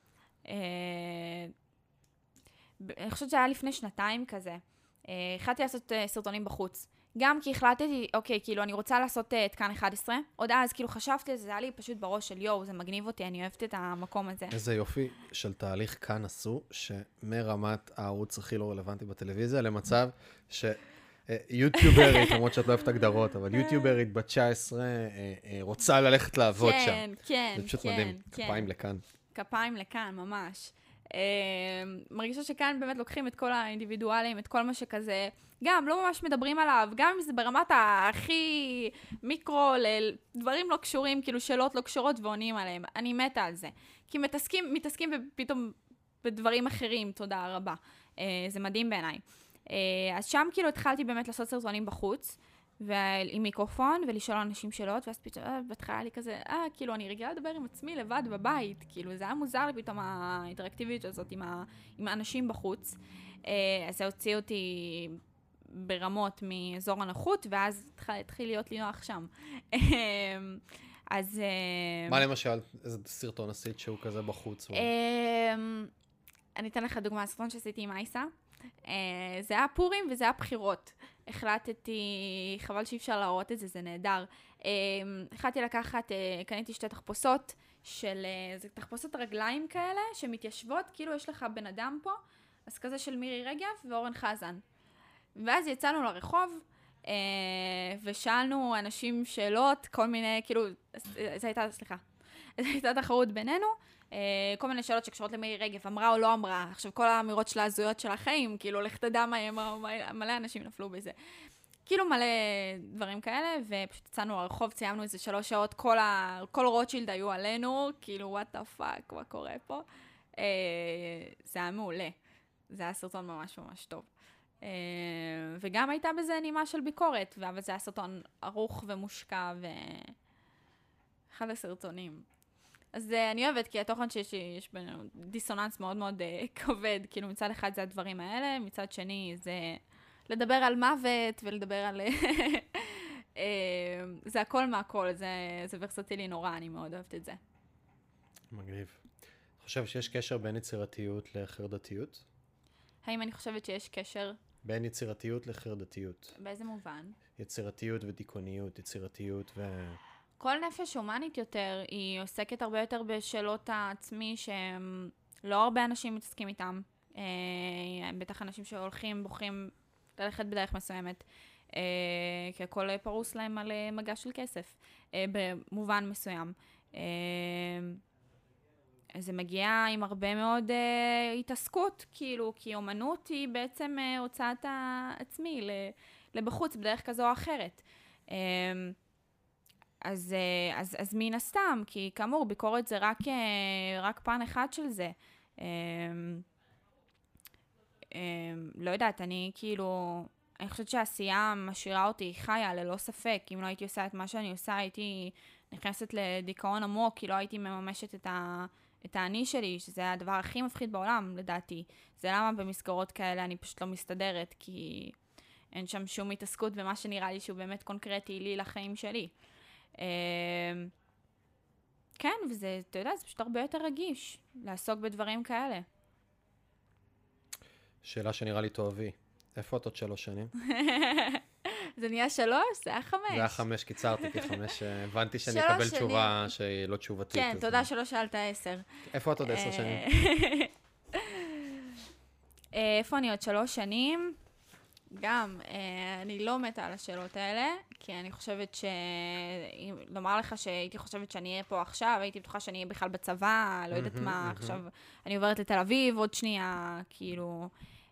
אני חושבת שהיה לפני 2 כזה. החלטתי לעשות סרטונים בחוץ. גם כי החלטתי, אוקיי, כאילו אני רוצה לעשות את כאן 11. עוד אז כאילו חשבתי, זה היה לי פשוט בראש של יואו, זה מגניב אותי, אני אוהבת את המקום הזה. איזה יופי של תהליך כאן עשו, שמרמת הערוץ הכי לא רלוונטי בטלוויזיה, למצב שיוטיוברית, למרות שאת לא אוהבת הגדרות, אבל יוטיוברית בת 19 רוצה ללכת לעבוד שם. כן, זה פשוט מדהים. כפיים לכאן. כפיים לכאן, ממש. מרגישה שכאן באמת לוקחים את כל האינדיבידואלים, את כל מה שכזה, גם לא ממש מדברים עליו, גם אם זה ברמת הכי מיקרו, לדברים לא קשורים, כאילו שאלות לא קשורות ועונים עליהם. אני מתה על זה. כי מתעסקים פתאום בדברים אחרים, תודה רבה. זה מדהים בעיניי. אז שם כאילו התחלתי באמת לעשות סרטונים בחוץ, עם מיקרופון, ולשאול אנשים שאלות, ואז פתאום, בהתחלה לי כזה, כאילו, אני רגילה לדבר עם עצמי לבד בבית, כאילו, זה היה מוזר לי פתאום האינטראקטיביות הזאת עם האנשים בחוץ. אז זה הוציא אותי ברמות מאזור הנוחות, ואז התחיל להיות לי נוח שם. אז... מה למשל, איזה סרטון עשית שהוא כזה בחוץ? אני אתן לך דוגמה, סרטון שעשיתי עם אייסה. זה היה פורים וזה היה בחירות. החלטתי, חבל שאי אפשר להראות את זה, זה נהדר. החלטתי לקחת, קניתי שתי תחפושות זה תחפושות רגליים כאלה, שמתיישבות, כאילו יש לך בן אדם פה, אז כזה של מירי רגב ואורן חזן. ואז יצאנו לרחוב, ושאלנו אנשים שאלות, כל מיני, כאילו, זו הייתה תחרות בינינו, כל מיני שאלות שקשורות למירי רגב, אמרה או לא אמרה, עכשיו כל האמירות של ההזויות של החיים, כאילו, לך תדע מה אמרה, מלא אנשים נפלו בזה. כאילו מלא דברים כאלה, ופשוט יצאנו לרחוב, ציימנו איזה 3 שעות, כל רוטשילד היו עלינו, כאילו, what the fuck, מה קורה פה? זה היה מעולה. זה היה סרטון ממש ממש טוב. וגם הייתה בזה נימה של ביקורת, אבל זה היה סרטון ערוך ומושקע, אחד הסרטונים. אז אני אוהבת, כי התוכן שיש בינינו דיסוננס מאוד מאוד כבד, כאילו מצד אחד זה הדברים האלה, מצד שני זה לדבר על מוות ולדבר על... זה הכל מהכל, זה ורסטילי נורא, אני מאוד אוהבת את זה. מגניב. אני חושב שיש קשר בין יצירתיות לחרדתיות? האם אני חושבת שיש קשר? בין יצירתיות לחרדתיות. באיזה מובן? יצירתיות ודיכאוניות, יצירתיות כל נפש הומנית יותר, היא עוסקת הרבה יותר בשאלות העצמי שהם לא הרבה אנשים מתעסקים איתם. בטח אנשים שהולכים, בוחרים ללכת בדרך מסוימת. כי הכל פרוס להם על מגע של כסף, במובן מסוים. זה מגיע עם הרבה מאוד התעסקות, כאילו, כי אומנות היא בעצם הוצאת העצמי לבחוץ בדרך כזו או אחרת. אז מן הסתם, כי כאמור, ביקורת זה רק פן אחד של זה. לא יודעת, אני כאילו, אני חושבת שהעשייה משאירה אותי חיה, ללא ספק. אם לא הייתי עושה את מה שאני עושה, הייתי נכנסת לדיכאון עמוק, כי לא הייתי מממשת את האני שלי, שזה הדבר הכי מפחיד בעולם, לדעתי. זה למה במסגרות כאלה אני פשוט לא מסתדרת, כי אין שם שום התעסקות במה שנראה לי שהוא באמת קונקרטי לי לחיים שלי. כן, וזה, אתה יודע, זה פשוט הרבה יותר רגיש לעסוק בדברים כאלה. שאלה שנראה לי תאהבי. איפה את עוד 3 שנים? זה נהיה 3? זה היה 5. זה היה 5, קיצרתי, כי 5 הבנתי שאני אקבל תשובה שהיא לא תשובתית. כן, תודה שלא שאלת 10. איפה את עוד 10 שנים? איפה אני עוד 3 שנים? גם, אני לא מתה על השאלות האלה, כי אני חושבת לומר לך שהייתי חושבת שאני אהיה פה עכשיו, הייתי בטוחה שאני אהיה בכלל בצבא, לא יודעת מה, עכשיו אני עוברת לתל אביב, עוד שנייה, כאילו...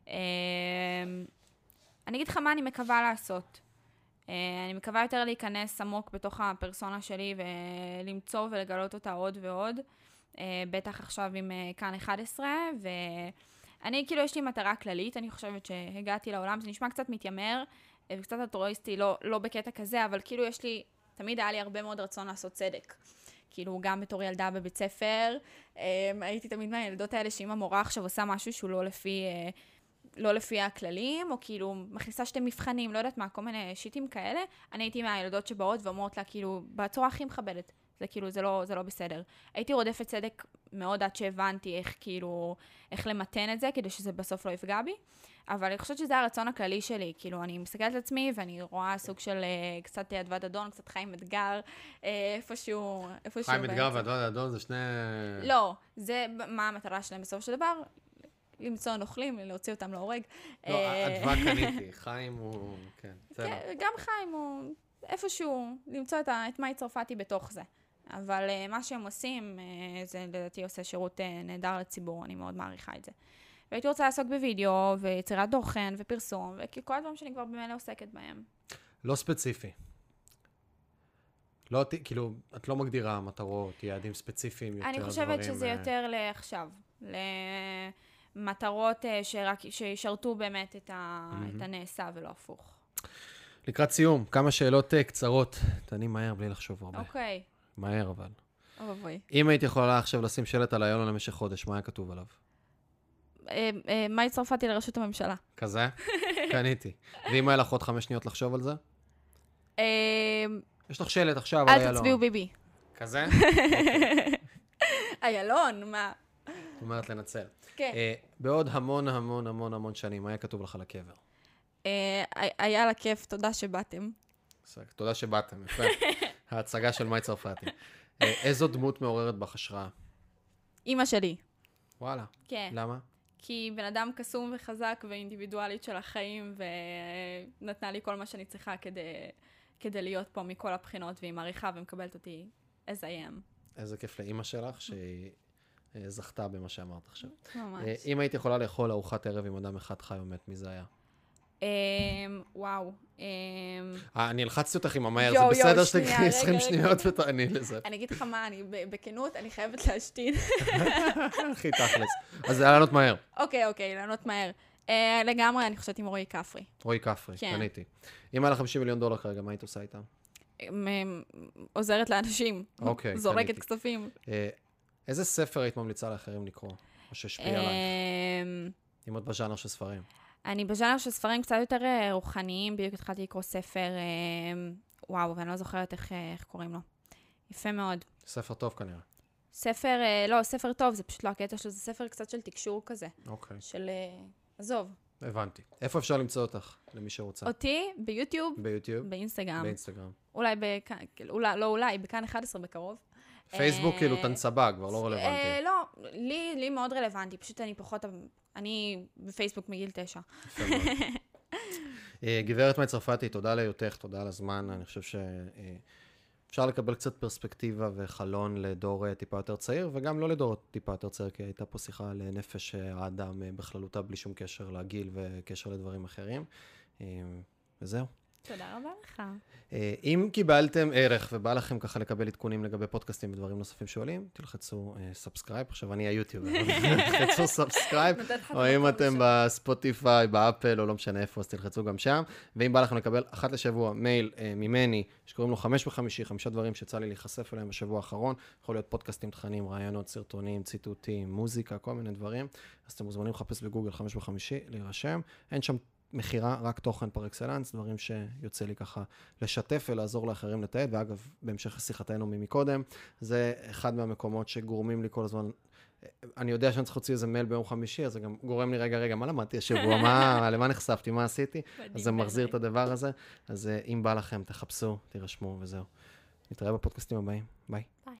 אני אגיד לך מה אני מקווה לעשות. אני מקווה יותר להיכנס עמוק בתוך הפרסונה שלי ולמצוא ולגלות אותה עוד ועוד. בטח עכשיו עם כאן 11, ואני כאילו יש לי מטרה כללית, אני חושבת שהגעתי לעולם, זה נשמע קצת מתיימר וקצת אלטרואיסטי, לא בקטע כזה, אבל כאילו יש לי, תמיד היה לי הרבה מאוד רצון לעשות צדק. כאילו גם בתור ילדה בבית ספר, הייתי תמיד מהילדות האלה שאם המורה עכשיו עושה משהו שהוא לא לפי הכללים, או כאילו מכניסה 2 מבחנים, לא יודעת מה, כל מיני שיטים כאלה, אני הייתי מהילדות שבאות ואומרות לה, כאילו, בצורה הכי מכבדת, זה כאילו, זה לא בסדר. הייתי רודפת צדק מאוד עד שהבנתי איך למתן את זה, כדי שזה בסוף לא יפגע בי, אבל אני חושבת שזה הרצון הכללי שלי, כאילו, אני מסתכלת על עצמי, ואני רואה סוג של קצת אדוות אדון, קצת חיים אתגר, איפשהו חיים אתגר ואדוות אדון זה שני... לא, זה מה המטרה שלהם בסוף של דבר, למצוא נוכלים, להוציא אותם להורג. לא, אדווה קניתי, חיים הוא... כן, גם חיים הוא איפשהו למצוא את מאי צרפתי בתוך זה. אבל מה שהם עושים, זה לדעתי עושה שירות נהדר לציבור, אני מאוד מעריכה את זה. והייתי רוצה לעסוק בווידאו, ויצירת תוכן, ופרסום, וכל הדברים שאני כבר במילא עוסקת בהם. לא ספציפי. לא, כאילו, את לא מגדירה מטרות, יעדים ספציפיים יותר אני חושבת שזה יותר לעכשיו, למטרות שישרתו באמת את הנעשה ולא הפוך. לקראת סיום, כמה שאלות קצרות. תעני מהר בלי לחשוב הרבה. אוקיי. מהר אבל. אוי. אם היית יכולה עכשיו לשים שלט על איילון למשך חודש, מה היה כתוב עליו? מאי צרפתי לראשות הממשלה. כזה? קניתי. ואם היה לך עוד 5 שניות לחשוב על זה? יש לך שלט עכשיו על איילון. אל תצביעו ביבי. כזה? איילון, מה? זאת אומרת לנצל. כן. בעוד המון המון המון המון שנים, מה היה כתוב לך על הקבר? היה לה כיף, תודה שבאתם. תודה שבאתם, יפה. ההצגה של מאי צרפתי. איזו דמות מעוררת בך השראה? אמא שלי. וואלה. כן. למה? כי בן אדם קסום וחזק ואינדיבידואלית של החיים, ונתנה לי כל מה שאני צריכה כדי להיות פה מכל הבחינות, והיא מעריכה ומקבלת אותי as I am. איזה כיף לאמא שלך, שהיא זכתה במה שאמרת עכשיו. ממש. אם היית יכולה לאכול ארוחת ערב עם אדם אחד חי או מת, מי זה היה? וואו. אני אלחצתי אותך עם המהר, זה בסדר שתקחי 20 שניות ותעני לזה. אני אגיד לך מה, בכנות, אני חייבת להשתין. הכי תכלס. אז זה היה לענות מהר. אוקיי, לענות מהר. לגמרי, אני חושבת עם רועי כפרי. רועי כפרי, קניתי. אם היה לך $50 מיליון כרגע, מה היית עושה איתם? עוזרת לאנשים. אוקיי, זורקת כספים. איזה ספר היית ממליצה לאחרים לקרוא? או שהשפיע עלייך? אם את בז'אנר של ספרים. אני בז'אנר של ספרים קצת יותר רוחניים, בדיוק התחלתי לקרוא ספר, וואו, ואני לא זוכרת איך קוראים לו. יפה מאוד. ספר טוב כנראה. ספר טוב, זה פשוט לא הקטע שלו, זה ספר קצת של תקשור כזה. אוקיי. של, עזוב. הבנתי. איפה אפשר למצוא אותך, למי שרוצה? אותי, ביוטיוב. ביוטיוב? באינסטגרם. באינסטגרם. אולי בכאן 11 בקרוב. פייסבוק כאילו תנצבה, כבר לא רלוונטי. לא, לי מאוד רלוונטי, פשוט אני בפייסבוק מגיל 9. גברת מאי צרפתי, תודה להיותך, תודה על הזמן. אני חושב שאפשר לקבל קצת פרספקטיבה וחלון לדור טיפה יותר צעיר, וגם לא לדור טיפה יותר צעיר, כי הייתה פה שיחה על נפש האדם בכללותה, בלי שום קשר לגיל וקשר לדברים אחרים. וזהו. תודה רבה לך. אם קיבלתם ערך ובא לכם ככה לקבל עדכונים לגבי פודקאסטים ודברים נוספים שעולים, תלחצו סאבסקרייב. עכשיו אני היוטיובר. תלחצו סאבסקרייב, או אם אתם בספוטיפיי, באפל, או לא משנה איפה, אז תלחצו גם שם. ואם בא לכם לקבל אחת לשבוע מייל ממני, שקוראים לו 5 ב-5, 5 דברים שיצא לי להיחשף אליהם בשבוע האחרון, יכול להיות פודקאסטים, תכנים, רעיונות, סרטונים, ציטוטים, מוזיקה, כל מיני דברים. אז אתם מוזמנים לחפש בגוגל 5 ב-5, להירשם. אין שם מחירה, רק תוכן פר אקסלנס, דברים שיוצא לי ככה לשתף ולעזור לאחרים לתעד, ואגב, בהמשך לשיחתנו ממקודם, זה אחד מהמקומות שגורמים לי כל הזמן, אני יודע שאני צריך להוציא איזה מייל ביום חמישי, אז זה גם גורם לי, רגע, מה למדתי השבוע, למה נחשפתי, מה עשיתי, אז זה מחזיר את הדבר הזה, אז אם בא לכם, תחפשו, תירשמו וזהו. נתראה בפודקאסטים הבאים, ביי.